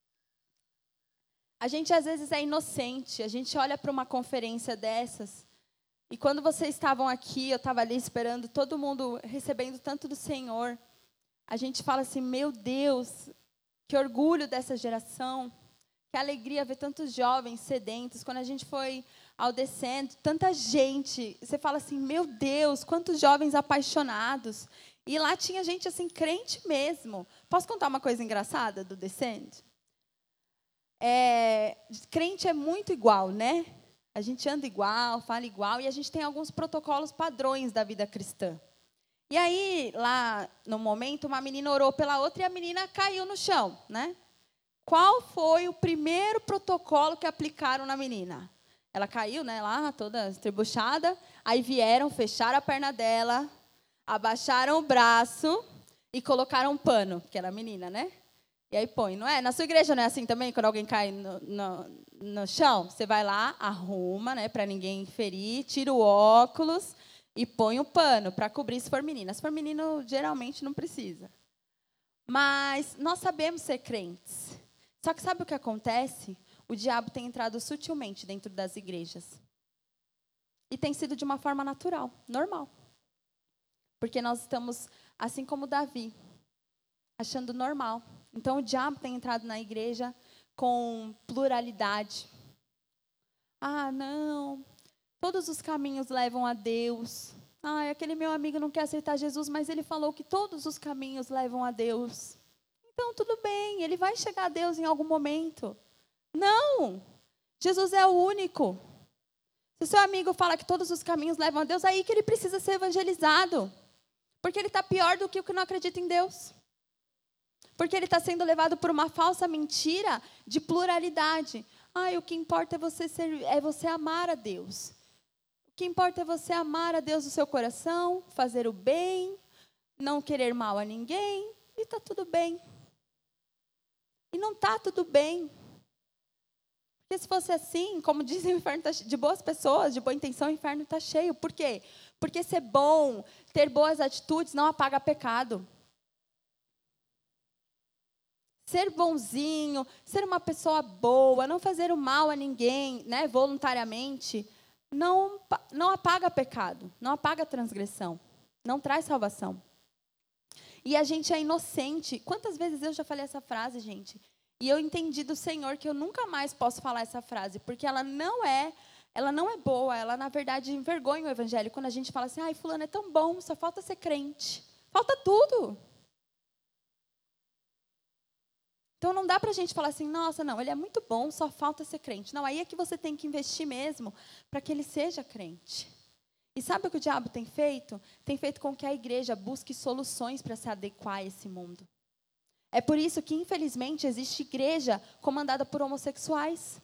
a gente às vezes é inocente. A gente olha para uma conferência dessas. E quando vocês estavam aqui, eu estava ali esperando, todo mundo recebendo tanto do Senhor. A gente fala assim, meu Deus, que orgulho dessa geração. Que alegria ver tantos jovens sedentos. Quando a gente foi ao Descendo, tanta gente. Você fala assim, meu Deus, quantos jovens apaixonados. E lá tinha gente assim, crente mesmo. Posso contar uma coisa engraçada do Descendo? É, crente é muito igual, né? A gente anda igual, fala igual. E a gente tem alguns protocolos padrões da vida cristã. E aí, lá no momento, uma menina orou pela outra e a menina caiu no chão, né? Qual foi o primeiro protocolo que aplicaram na menina? Ela caiu, né, lá, toda estribuchada. Aí vieram, fecharam a perna dela, abaixaram o braço e colocaram um pano, porque era menina, né? E aí põe, não é? Na sua igreja não é assim também? Quando alguém cai no, no, no chão, você vai lá, arruma, né, para ninguém ferir, tira o óculos e põe o pano para cobrir se for menina. Se for menino, geralmente não precisa. Mas nós sabemos ser crentes. Só que sabe o que acontece? O diabo tem entrado sutilmente dentro das igrejas. E tem sido de uma forma natural, normal. Porque nós estamos, assim como Davi, achando normal. Então, o diabo tem entrado na igreja com pluralidade. Ah, não, todos os caminhos levam a Deus. Ah, aquele meu amigo não quer aceitar Jesus, mas ele falou que todos os caminhos levam a Deus. Então, tudo bem, ele vai chegar a Deus em algum momento. Não, Jesus é o único. Se o seu amigo fala que todos os caminhos levam a Deus, é aí que ele precisa ser evangelizado. Porque ele está pior do que o que não acredita em Deus. Porque ele está sendo levado por uma falsa mentira de pluralidade. Ah, o que importa é você, ser, é você amar a Deus. O que importa é você amar a Deus do seu coração, fazer o bem, não querer mal a ninguém, e está tudo bem. E não está tudo bem. Porque se fosse assim, como dizem, o inferno tá, de boas pessoas, de boa intenção, o inferno está cheio. Por quê? Porque ser bom, ter boas atitudes, não apaga pecado. Ser bonzinho, ser uma pessoa boa, não fazer o mal a ninguém, né, voluntariamente, não, não apaga pecado, não apaga transgressão, não traz salvação. E a gente é inocente. Quantas vezes eu já falei essa frase, gente? E eu entendi do Senhor que eu nunca mais posso falar essa frase, porque ela não é, ela não é boa, ela, na verdade, envergonha o evangelho. Quando a gente fala assim, ai, fulano é tão bom, só falta ser crente. Falta tudo. Então, não dá para a gente falar assim, nossa, não, ele é muito bom, só falta ser crente. Não, aí é que você tem que investir mesmo para que ele seja crente. E sabe o que o diabo tem feito? Tem feito com que a igreja busque soluções para se adequar a esse mundo. É por isso que, infelizmente, existe igreja comandada por homossexuais.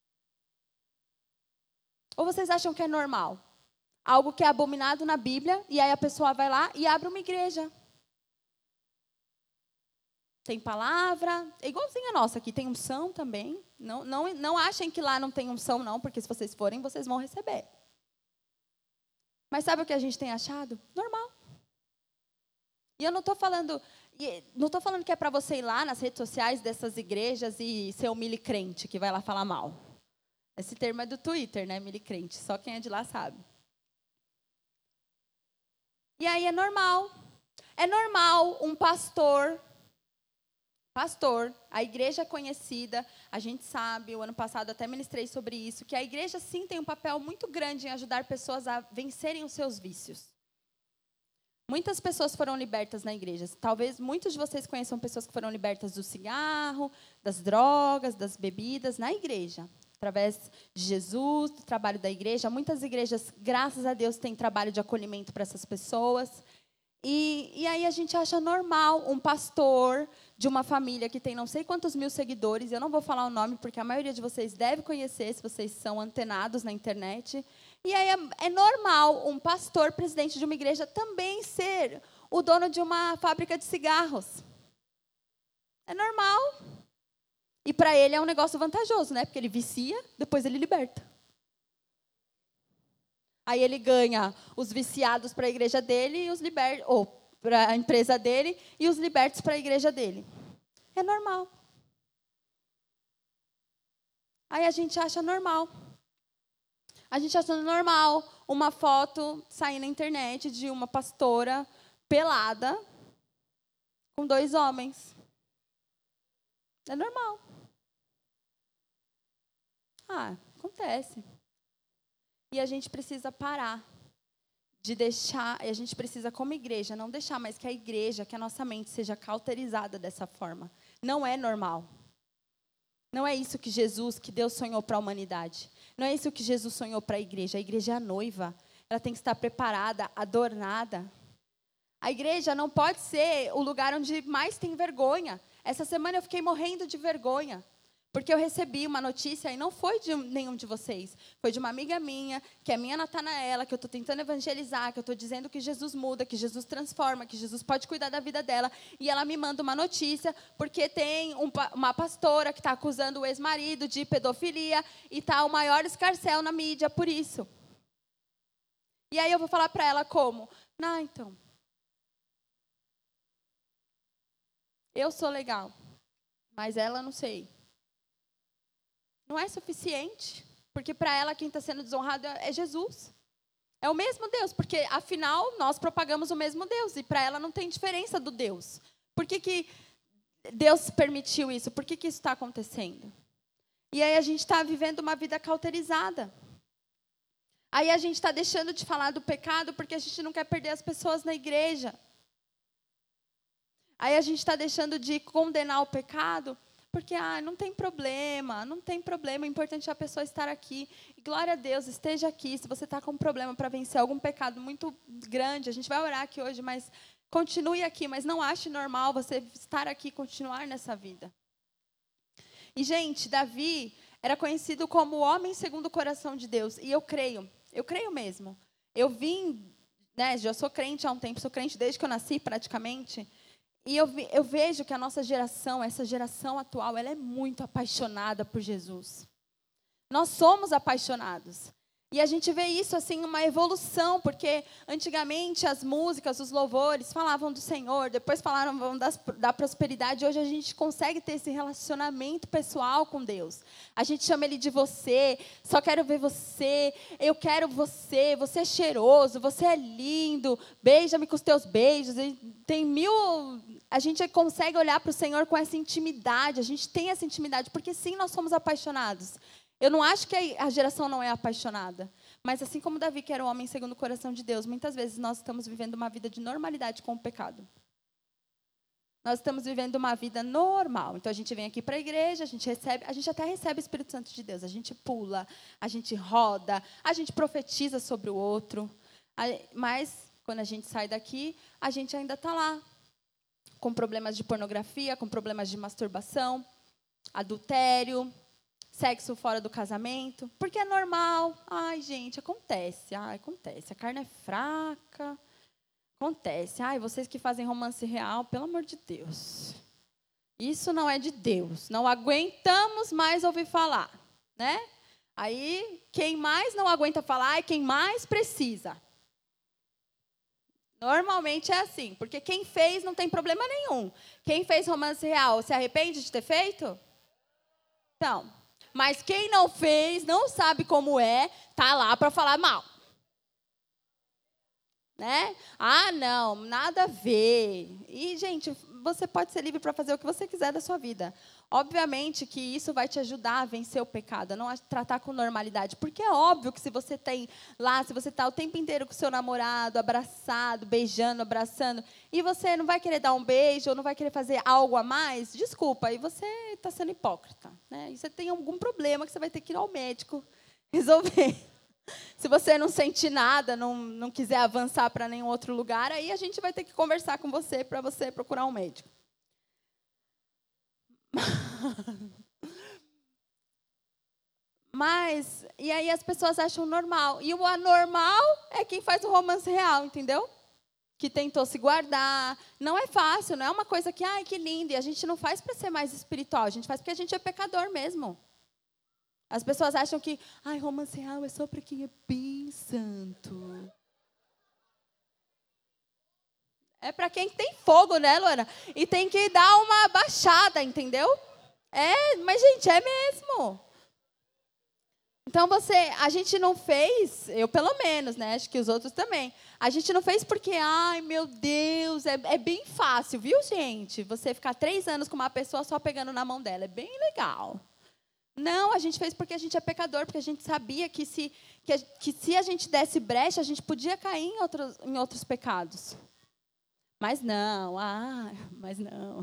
Ou vocês acham que é normal? Algo que é abominado na Bíblia, e aí a pessoa vai lá e abre uma igreja. Tem palavra, é igualzinho a nossa aqui, tem unção também. Não, não, não achem que lá não tem unção, não, porque se vocês forem, vocês vão receber. Mas sabe o que a gente tem achado? Normal. E eu não estou falando, não estou falando que é para você ir lá nas redes sociais dessas igrejas e ser um milicrente, que vai lá falar mal. Esse termo é do Twitter, né, milicrente, só quem é de lá sabe. E aí é normal. É normal um pastor... Pastor, a igreja é conhecida, a gente sabe, o ano passado até ministrei sobre isso, que a igreja sim tem um papel muito grande em ajudar pessoas a vencerem os seus vícios. Muitas pessoas foram libertas na igreja. Talvez muitos de vocês conheçam pessoas que foram libertas do cigarro, das drogas, das bebidas, na igreja. Através de Jesus, do trabalho da igreja. Muitas igrejas, graças a Deus, têm trabalho de acolhimento para essas pessoas. E, e aí a gente acha normal um pastor de uma família que tem não sei quantos mil seguidores, eu não vou falar o nome porque a maioria de vocês deve conhecer, se vocês são antenados na internet. E aí é, é normal um pastor, presidente de uma igreja, também ser o dono de uma fábrica de cigarros. É normal. E para ele é um negócio vantajoso, né? Porque ele vicia, depois ele liberta. Aí ele ganha os viciados para a igreja dele, e os liber... ou para a empresa dele, e os libertos para a igreja dele. É normal. Aí a gente acha normal. A gente acha normal uma foto sair na internet de uma pastora pelada com dois homens. É normal. Ah, acontece. E a gente precisa parar de deixar, e a gente precisa, como igreja, não deixar mais que a igreja, que a nossa mente seja cauterizada dessa forma. Não é normal. Não é isso que Jesus, que Deus sonhou para a humanidade. Não é isso que Jesus sonhou para a igreja. A igreja é a noiva. Ela tem que estar preparada, adornada. A igreja não pode ser o lugar onde mais tem vergonha. Essa semana eu fiquei morrendo de vergonha. Porque eu recebi uma notícia, e não foi de nenhum de vocês, foi de uma amiga minha, que é minha Natanaela, que eu estou tentando evangelizar, que eu estou dizendo que Jesus muda, que Jesus transforma, que Jesus pode cuidar da vida dela. E ela me manda uma notícia, porque tem um, uma pastora que está acusando o ex-marido de pedofilia, e está o maior escarcéu na mídia por isso. E aí eu vou falar para ela como? Não, então. Eu sou legal, mas ela não sei. Não é suficiente, porque para ela quem está sendo desonrado é Jesus. É o mesmo Deus, porque afinal nós propagamos o mesmo Deus, e para ela não tem diferença do Deus. Por que, que Deus permitiu isso? Por que, que isso está acontecendo? E aí a gente está vivendo uma vida cauterizada. Aí a gente está deixando de falar do pecado porque a gente não quer perder as pessoas na igreja. Aí a gente está deixando de condenar o pecado porque, ah, não tem problema, não tem problema, o importante é a pessoa estar aqui. E glória a Deus, esteja aqui. Se você está com um problema para vencer algum pecado muito grande, a gente vai orar aqui hoje, mas Continue aqui, mas não ache normal você estar aqui e continuar nessa vida. E, gente, Davi era conhecido como o homem segundo o coração de Deus. E eu creio, eu creio mesmo. Eu vim, né, já sou crente há um tempo, sou crente desde que eu nasci praticamente. E eu, eu vejo que a nossa geração, essa geração atual, ela é muito apaixonada por Jesus. Nós somos apaixonados. E a gente vê isso, assim, uma evolução, porque antigamente as músicas, os louvores falavam do Senhor, depois falavam das, da prosperidade. Hoje a gente consegue ter esse relacionamento pessoal com Deus. A gente chama Ele de você, só quero ver você, eu quero você, você é cheiroso, você é lindo, beija-me com os teus beijos. E tem mil... A gente consegue olhar para o Senhor com essa intimidade, a gente tem essa intimidade, porque sim, nós somos apaixonados. Eu não acho que a geração não é apaixonada. Mas assim como Davi, que era um homem segundo o coração de Deus, muitas vezes nós estamos vivendo uma vida de normalidade com o pecado. Nós estamos vivendo uma vida normal. Então a gente vem aqui para a igreja, a gente recebe, a gente até recebe o Espírito Santo de Deus. A gente pula, a gente roda, a gente profetiza sobre o outro. Mas quando a gente sai daqui, a gente ainda está lá. Com problemas de pornografia, com problemas de masturbação, adultério, sexo fora do casamento, porque é normal. Ai, gente, acontece. Ai, acontece. A carne é fraca. Acontece. Ai, vocês que fazem romance real, pelo amor de Deus. Isso não é de Deus. Não aguentamos mais ouvir falar, né? Aí, quem mais não aguenta falar é quem mais precisa. Normalmente é assim, porque quem fez não tem problema nenhum. Quem fez romance real, se arrepende de ter feito? Então... Mas quem não fez, não sabe como é, tá lá para falar mal. Né? Ah, não, nada a ver. E, gente, você pode ser livre para fazer o que você quiser da sua vida. Obviamente que isso vai te ajudar a vencer o pecado, a não a tratar com normalidade. Porque é óbvio que se você tem lá, se você está o tempo inteiro com o seu namorado, abraçado, beijando, abraçando, e você não vai querer dar um beijo, ou não vai querer fazer algo a mais, desculpa, aí você está sendo hipócrita. Né? E você tem algum problema que você vai ter que ir ao médico resolver. Se você não sente nada, não, não quiser avançar para nenhum outro lugar, aí a gente vai ter que conversar com você para você procurar um médico. Mas, e aí as pessoas acham normal. E o anormal é quem faz o romance real, entendeu? Que tentou se guardar. Não é fácil, não é uma coisa que, ai, que lindo. E a gente não faz para ser mais espiritual, a gente faz porque a gente é pecador mesmo. As pessoas acham que, ai, romance real é só para quem é bem santo. É para quem tem fogo, né, Luana? E tem que dar uma baixada, entendeu? É, mas, gente, é mesmo. Então, você, a gente não fez, eu pelo menos, né? Acho que os outros também. A gente não fez porque, ai, meu Deus, é, é bem fácil, viu, gente? Você ficar três anos com uma pessoa só pegando na mão dela. É bem legal. Não, a gente fez porque a gente é pecador, porque a gente sabia que se, que, a, que se a gente desse brecha, a gente podia cair em outros, em outros pecados. Mas não, ah, mas não.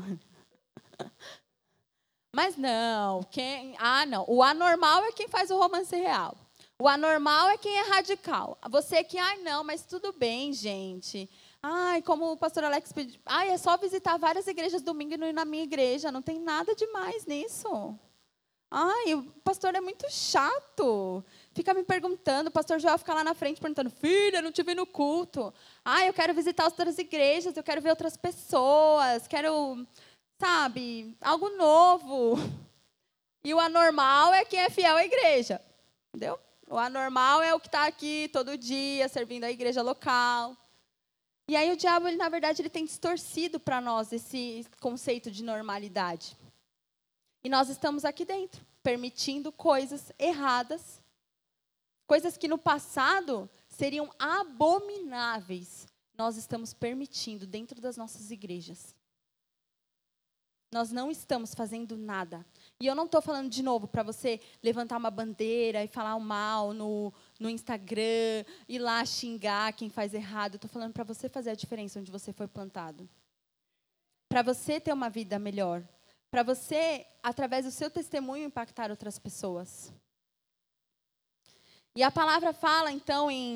Mas não, quem, ah, não. O anormal é quem faz o romance real. O anormal é quem é radical. Você que, ai, não, mas tudo bem, gente. Ai, como o pastor Alex pediu, ai, é só visitar várias igrejas domingo e não ir na minha igreja. Não tem nada demais nisso. Ai, o pastor é muito chato. Fica me perguntando, o pastor Joel fica lá na frente perguntando, filha, não te vi no culto. Ai, eu quero visitar outras igrejas, eu quero ver outras pessoas, quero, sabe, algo novo. E o anormal é quem é fiel à igreja, entendeu? O anormal é o que está aqui todo dia, servindo a igreja local. E aí o diabo, ele, na verdade, ele tem distorcido para nós esse conceito de normalidade. E nós estamos aqui dentro, permitindo coisas erradas, coisas que no passado seriam abomináveis. Nós estamos permitindo dentro das nossas igrejas. Nós não estamos fazendo nada. E eu não estou falando de novo para você levantar uma bandeira e falar o mal no, no Instagram, ir lá xingar quem faz errado. Eu estou falando para você fazer a diferença onde você foi plantado. Para você ter uma vida melhor. Para você, através do seu testemunho, impactar outras pessoas. E a palavra fala, então, em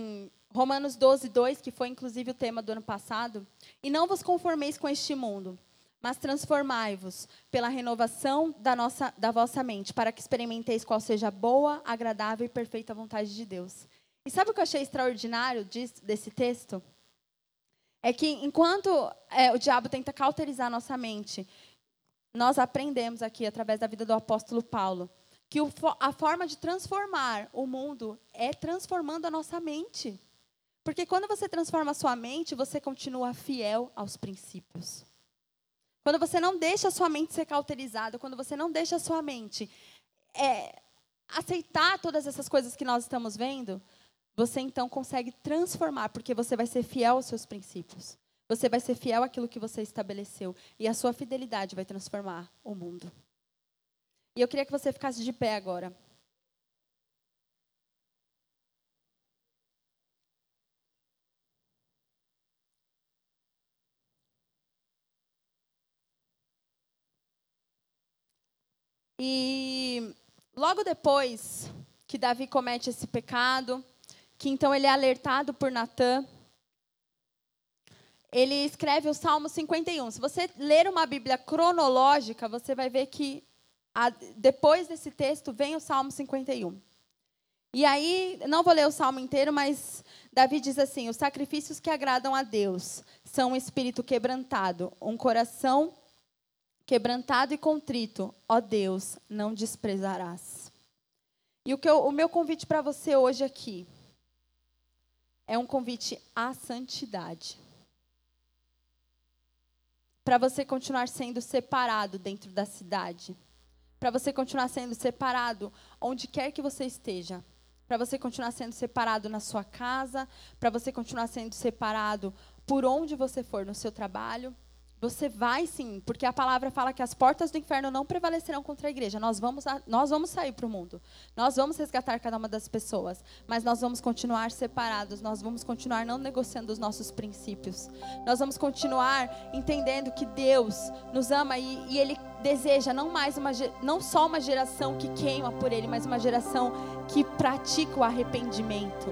Romanos doze, dois, que foi inclusive o tema do ano passado. E não vos conformeis com este mundo, mas transformai-vos pela renovação da, nossa, da vossa mente, para que experimenteis qual seja a boa, agradável e perfeita vontade de Deus. E sabe o que eu achei extraordinário disso, desse texto? É que enquanto é, o diabo tenta cauterizar a nossa mente, nós aprendemos aqui, através da vida do apóstolo Paulo, que o, a forma de transformar o mundo é transformando a nossa mente. Porque quando você transforma a sua mente, você continua fiel aos princípios. Quando você não deixa a sua mente ser cauterizada, quando você não deixa a sua mente é, aceitar todas essas coisas que nós estamos vendo, você então consegue transformar, porque você vai ser fiel aos seus princípios. Você vai ser fiel àquilo que você estabeleceu. E a sua fidelidade vai transformar o mundo. E eu queria que você ficasse de pé agora. E logo depois que Davi comete esse pecado, que então ele é alertado por Natã, ele escreve o Salmo cinquenta e um. Se você ler uma Bíblia cronológica, você vai ver que a, depois desse texto vem o Salmo cinquenta e um. E aí, não vou ler o Salmo inteiro, mas Davi diz assim: os sacrifícios que agradam a Deus são um espírito quebrantado, um coração quebrantado e contrito, ó Deus, não desprezarás. E o, que eu, o meu convite para você hoje aqui é um convite à santidade. Para você continuar sendo separado dentro da cidade. Para você continuar sendo separado onde quer que você esteja. Para você continuar sendo separado na sua casa. Para você continuar sendo separado por onde você for no seu trabalho. Você vai sim, porque a palavra fala que as portas do inferno não prevalecerão contra a igreja. Nós vamos, nós vamos sair para o mundo. Nós vamos resgatar cada uma das pessoas. Mas nós vamos continuar separados. Nós vamos continuar não negociando os nossos princípios. Nós vamos continuar entendendo que Deus nos ama e, e Ele deseja não, mais uma, não só uma geração que queima por Ele, mas uma geração que pratica o arrependimento.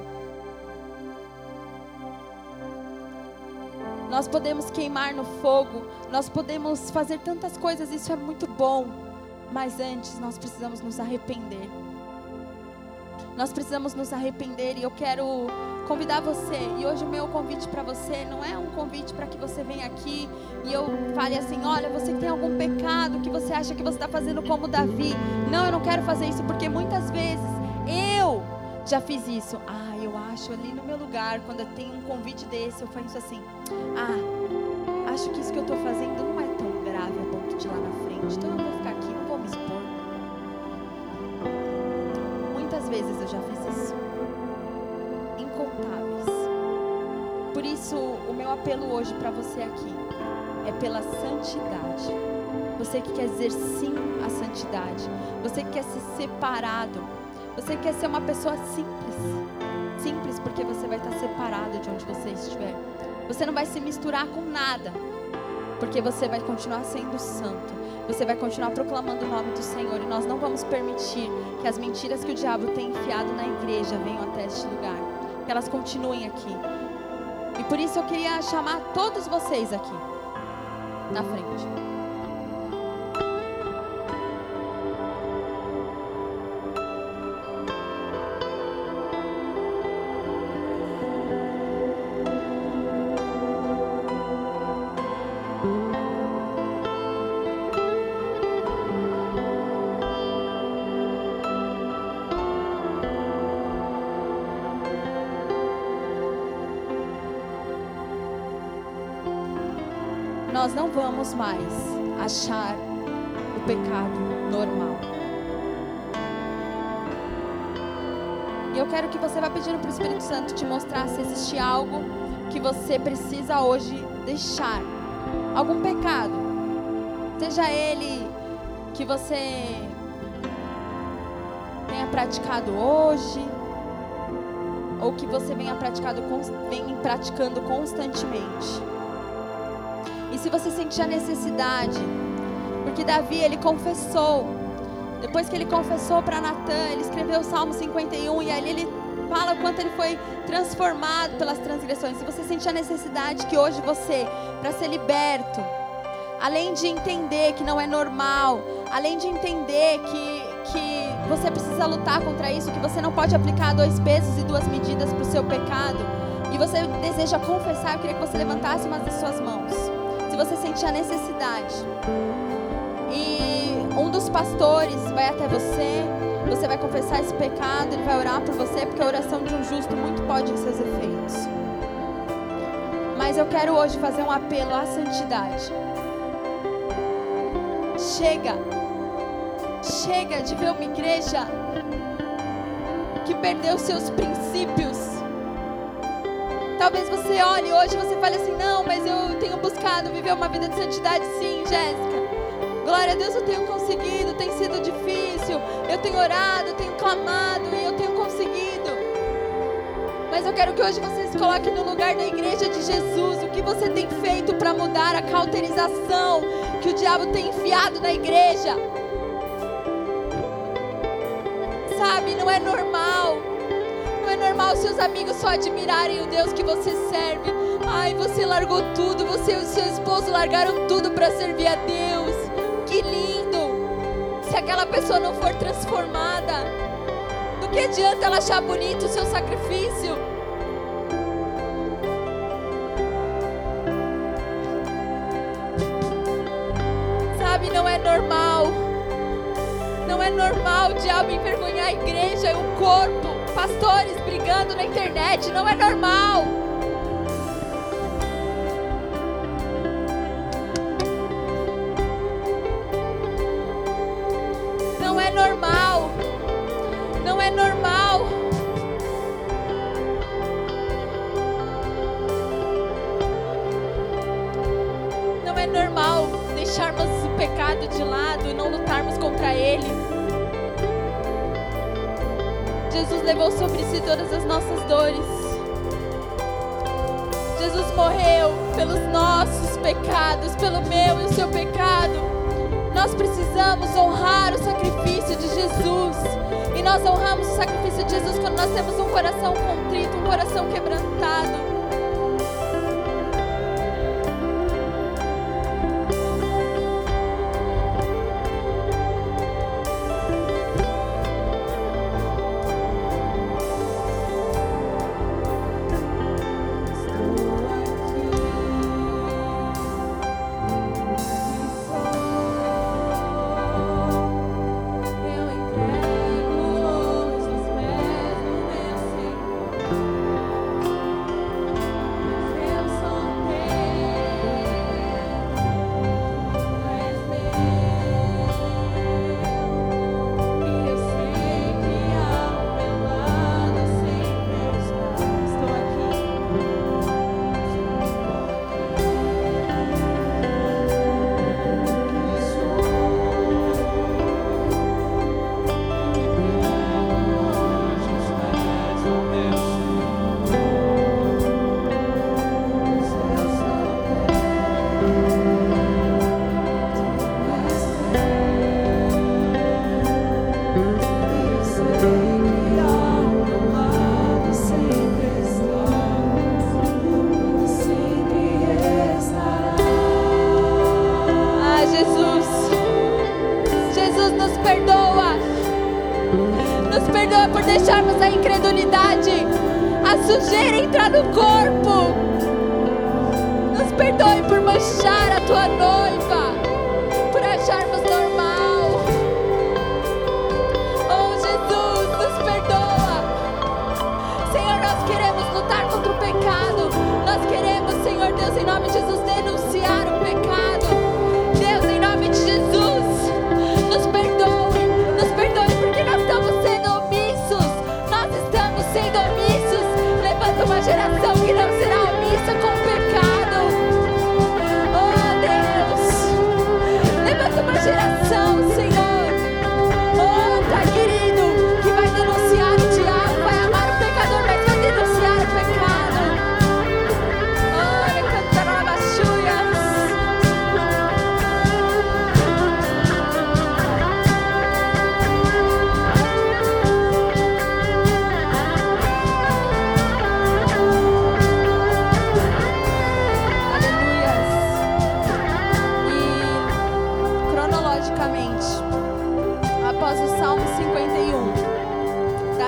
Nós podemos queimar no fogo, nós podemos fazer tantas coisas, isso é muito bom. Mas antes nós precisamos nos arrepender. Nós precisamos nos arrepender e eu quero convidar você. E hoje o meu convite para você não é um convite para que você venha aqui e eu fale assim: olha, você tem algum pecado que você acha que você está fazendo como Davi. Não, eu não quero fazer isso, porque muitas vezes eu já fiz isso. Ah, eu acho ali no meu lugar, quando eu tenho um convite desse, eu faço assim: ah, acho que isso que eu estou fazendo não é tão grave a ponto de ir lá na frente, então eu vou ficar aqui, não vou me expor. Muitas vezes eu já fiz isso. Incontáveis. Por isso, o meu apelo hoje para você aqui é pela santidade. Você que quer dizer sim à santidade. Você que quer ser separado. Você quer ser uma pessoa simples. Simples porque você vai estar separado de onde você estiver. Você não vai se misturar com nada. Porque você vai continuar sendo santo. Você vai continuar proclamando o nome do Senhor. E nós não vamos permitir que as mentiras que o diabo tem enfiado na igreja venham até este lugar. Que elas continuem aqui. E por isso eu queria chamar todos vocês aqui na frente. Nós não vamos mais achar o pecado normal. E eu quero que você vá pedindo para o Espírito Santo te mostrar se existe algo que você precisa hoje deixar. Algum pecado. Seja ele que você tenha praticado hoje, ou que você venha, praticado, venha praticando constantemente. E se você sentir a necessidade, porque Davi, ele confessou, depois que ele confessou para Natã, ele escreveu o Salmo cinquenta e um, e ali ele fala o quanto ele foi transformado pelas transgressões. Se você sentir a necessidade que hoje você, para ser liberto, além de entender que não é normal, além de entender que, que você precisa lutar contra isso, que você não pode aplicar dois pesos e duas medidas para o seu pecado, e você deseja confessar, eu queria que você levantasse uma das suas mãos. Se você sentir a necessidade, e um dos pastores vai até você, você vai confessar esse pecado, ele vai orar por você, porque a oração de um justo muito pode em seus efeitos. Mas eu quero hoje fazer um apelo à santidade. Chega, chega de ver uma igreja que perdeu seus princípios. Talvez você olhe hoje e você fale assim, não, mas eu tenho buscado viver uma vida de santidade. Sim, Jéssica, glória a Deus, eu tenho conseguido, tem sido difícil, eu tenho orado, eu tenho clamado e eu tenho conseguido. Mas eu quero que hoje você se coloque no lugar da igreja de Jesus. O que você tem feito para mudar a cauterização que o diabo tem enfiado na igreja? Sabe, não é normal. Não é normal seus amigos só admirarem o Deus que você serve. Ai, você largou tudo, você e o seu esposo largaram tudo para servir a Deus. Que lindo! Se aquela pessoa não for transformada, do que adianta ela achar bonito o seu sacrifício? Sabe, não é normal. Não é normal o diabo envergonhar a igreja e o corpo. Pastores brigando na internet, não é normal. Não é normal. Não é normal. Não é normal deixarmos o pecado de lado e não lutarmos contra ele. Jesus levou sobre si todas as nossas dores. Jesus morreu pelos nossos pecados, pelo meu e o seu pecado. Nós precisamos honrar o sacrifício de Jesus. E nós honramos o sacrifício de Jesus quando nós temos um coração contrito, um coração quebrantado. Sujeira entrar no corpo. Nos perdoe por manchar a tua noiva, por acharmos normal. Oh Jesus, nos perdoa. Senhor, nós queremos lutar contra o pecado. Nós queremos, Senhor Deus, em nome de Jesus, denunciar o pecado. Deus, em nome de Jesus, nos perdoe. Nos perdoe porque nós estamos sendo omissos. Nós estamos sendo omissos. Uma geração que não será omissa com o pecado. Oh Deus,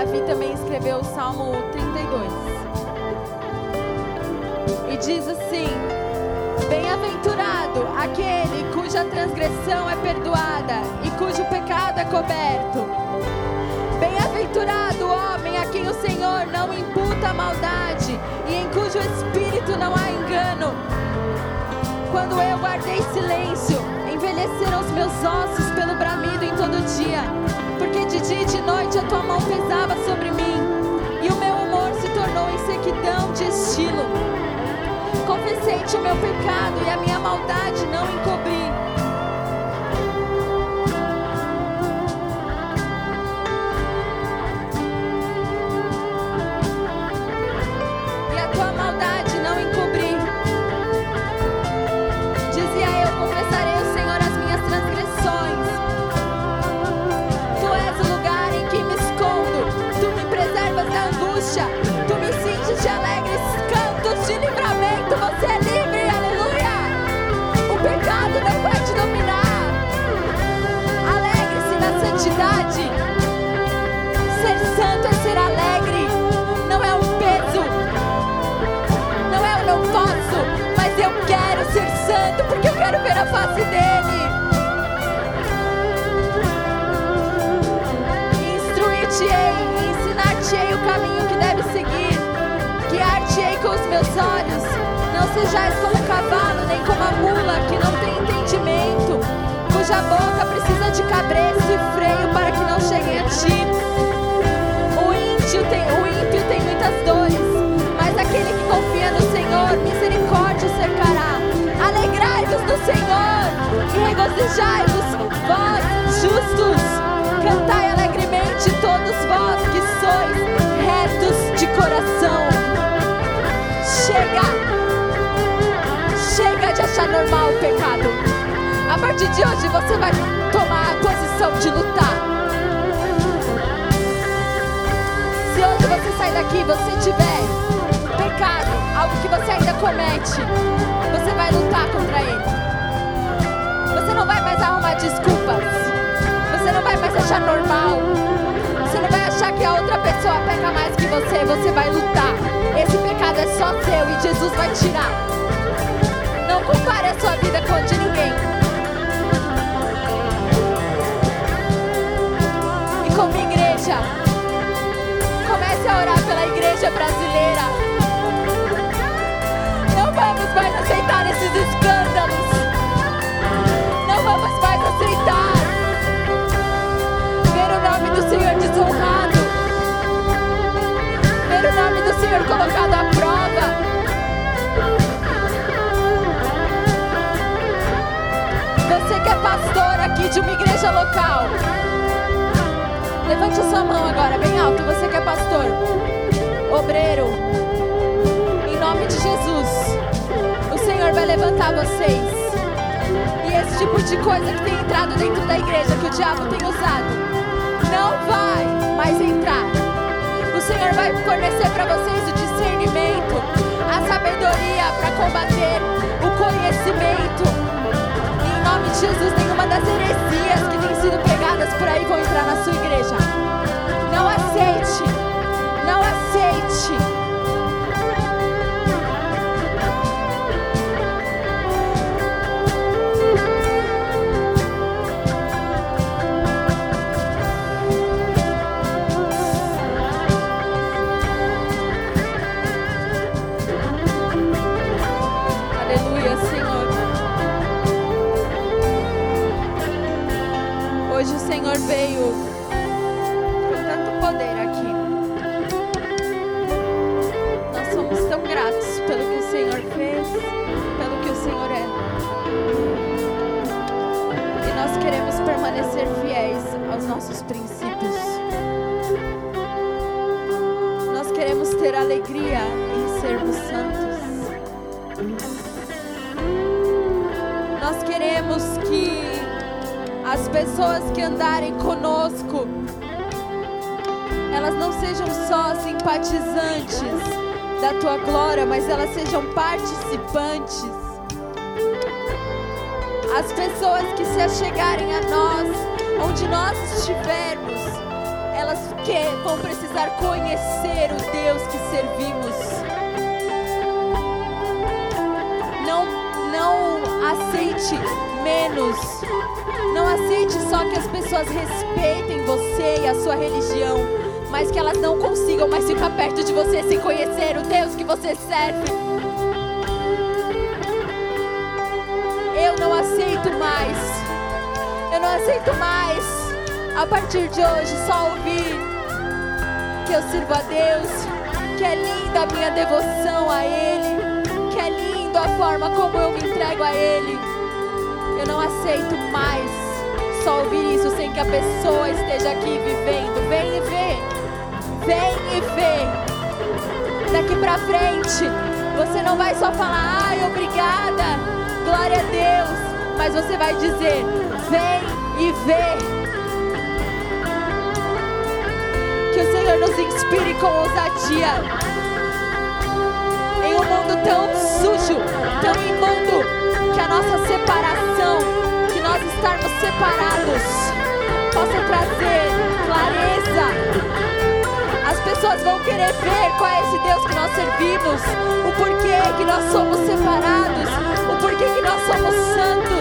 Davi também escreveu o Salmo trinta e dois. E diz assim: bem-aventurado aquele cuja transgressão é perdoada e cujo pecado é coberto. Bem-aventurado o homem a quem o Senhor não imputa maldade e em cujo espírito não há engano. Quando eu guardei silêncio, envelheceram os meus ossos pelo bramido em todo dia, porque de dia e de noite a tua mão pesava sobre mim, e o meu humor se tornou em sequidão de estilo. Confessei-te o meu pecado e a minha maldade não encobri. E a tua maldade não encobri. Dizia eu: confessarei ao Senhor as minhas transgressões. Tu és o lugar em que me escondo. Tu me preservas da angústia. Tu me cinges de alegres cantos de livramento. Você é livre, aleluia. O pecado não vai te dominar. Alegre-se na santidade. Ser santo é ser alegre. Não é um peso. Não é eu não posso, mas eu quero ser santo porque eu quero ver a face dele. Instruir-te-ei e ensinar-te-ei o caminho que deve seguir. Guiar-te-ei com os meus olhos. Não sejais como o cavalo, nem como a mula que não tem entendimento, cuja boca precisa de cabresto e freio para que não cheguem a ti. O ímpio tem, o ímpio tem muitas dores, mas aquele que confia no Senhor, misericórdia cercará. Alegrai-vos no Senhor e regozijai-vos, vós justos. Cantai alegremente todos vós que sois retos de coração. Chega! Chega de achar normal o pecado. A partir de hoje você vai tomar a posição de lutar. Se hoje você sair daqui e você tiver pecado, algo que você ainda comete, você vai lutar contra ele. Você não vai mais arrumar desculpas. Você não vai mais achar normal. Você não vai achar que a outra pessoa peca mais que você. Você vai lutar. Esse pecado é só seu e Jesus vai tirar. Não compare a sua vida com a de ninguém. E como igreja, comece a orar pela igreja brasileira. Não vamos mais aceitar esses escândalos. Não vamos mais aceitar ver o nome do Senhor desonrado, ver o nome do Senhor colocado à prova. Você que é pastor aqui de uma igreja local, levante a sua mão agora, bem alto. Você que é pastor, obreiro, em nome de Jesus, o Senhor vai levantar vocês. E esse tipo de coisa que tem entrado dentro da igreja, que o diabo tem usado, não vai mais entrar. O Senhor vai fornecer para vocês o discernimento, a sabedoria para combater o conhecimento. E em nome de Jesus, nenhuma das heresias que têm sido pregadas por aí vão entrar na sua igreja. Não aceite, não aceite. Hoje o Senhor veio com tanto poder aqui. Nós somos tão gratos pelo que o Senhor fez, pelo que o Senhor é. E nós queremos permanecer fiéis aos nossos princípios. Nós queremos ter alegria em sermos santos. Nós queremos que as pessoas que andarem conosco, elas não sejam só simpatizantes da tua glória, mas elas sejam participantes. As pessoas que se achegarem a nós, onde nós estivermos, elas que vão precisar conhecer o Deus que servimos. Não, não aceite menos. Não aceite só que as pessoas respeitem você e a sua religião, mas que elas não consigam mais ficar perto de você sem conhecer o Deus que você serve. Eu não aceito mais. Eu não aceito mais, a partir de hoje, só ouvir que eu sirvo a Deus, que é linda a minha devoção a Ele, que é lindo a forma como eu me entrego a Ele. Eu não aceito mais só ouvir isso sem que a pessoa esteja aqui vivendo. Vem e vê, vem e vê. Daqui pra frente, você não vai só falar, ai, obrigada, glória a Deus, mas você vai dizer, vem e vê. Que o Senhor nos inspire com ousadia. Em um mundo tão sujo, tão imundo, que a nossa separação, que nós estarmos separados, possa trazer clareza. As pessoas vão querer ver qual é esse Deus que nós servimos, o porquê que nós somos separados, o porquê que nós somos santos.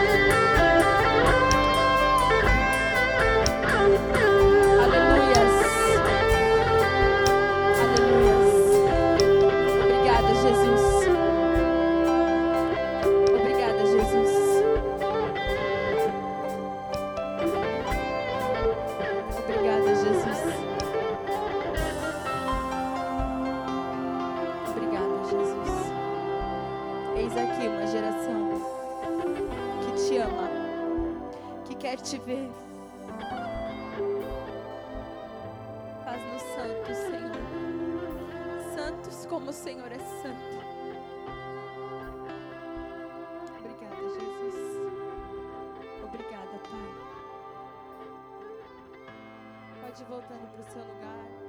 Te ver. Faz-nos santos, Senhor. Santos como o Senhor é santo. Obrigada, Jesus. Obrigada, Pai. Pode ir voltando para o seu lugar.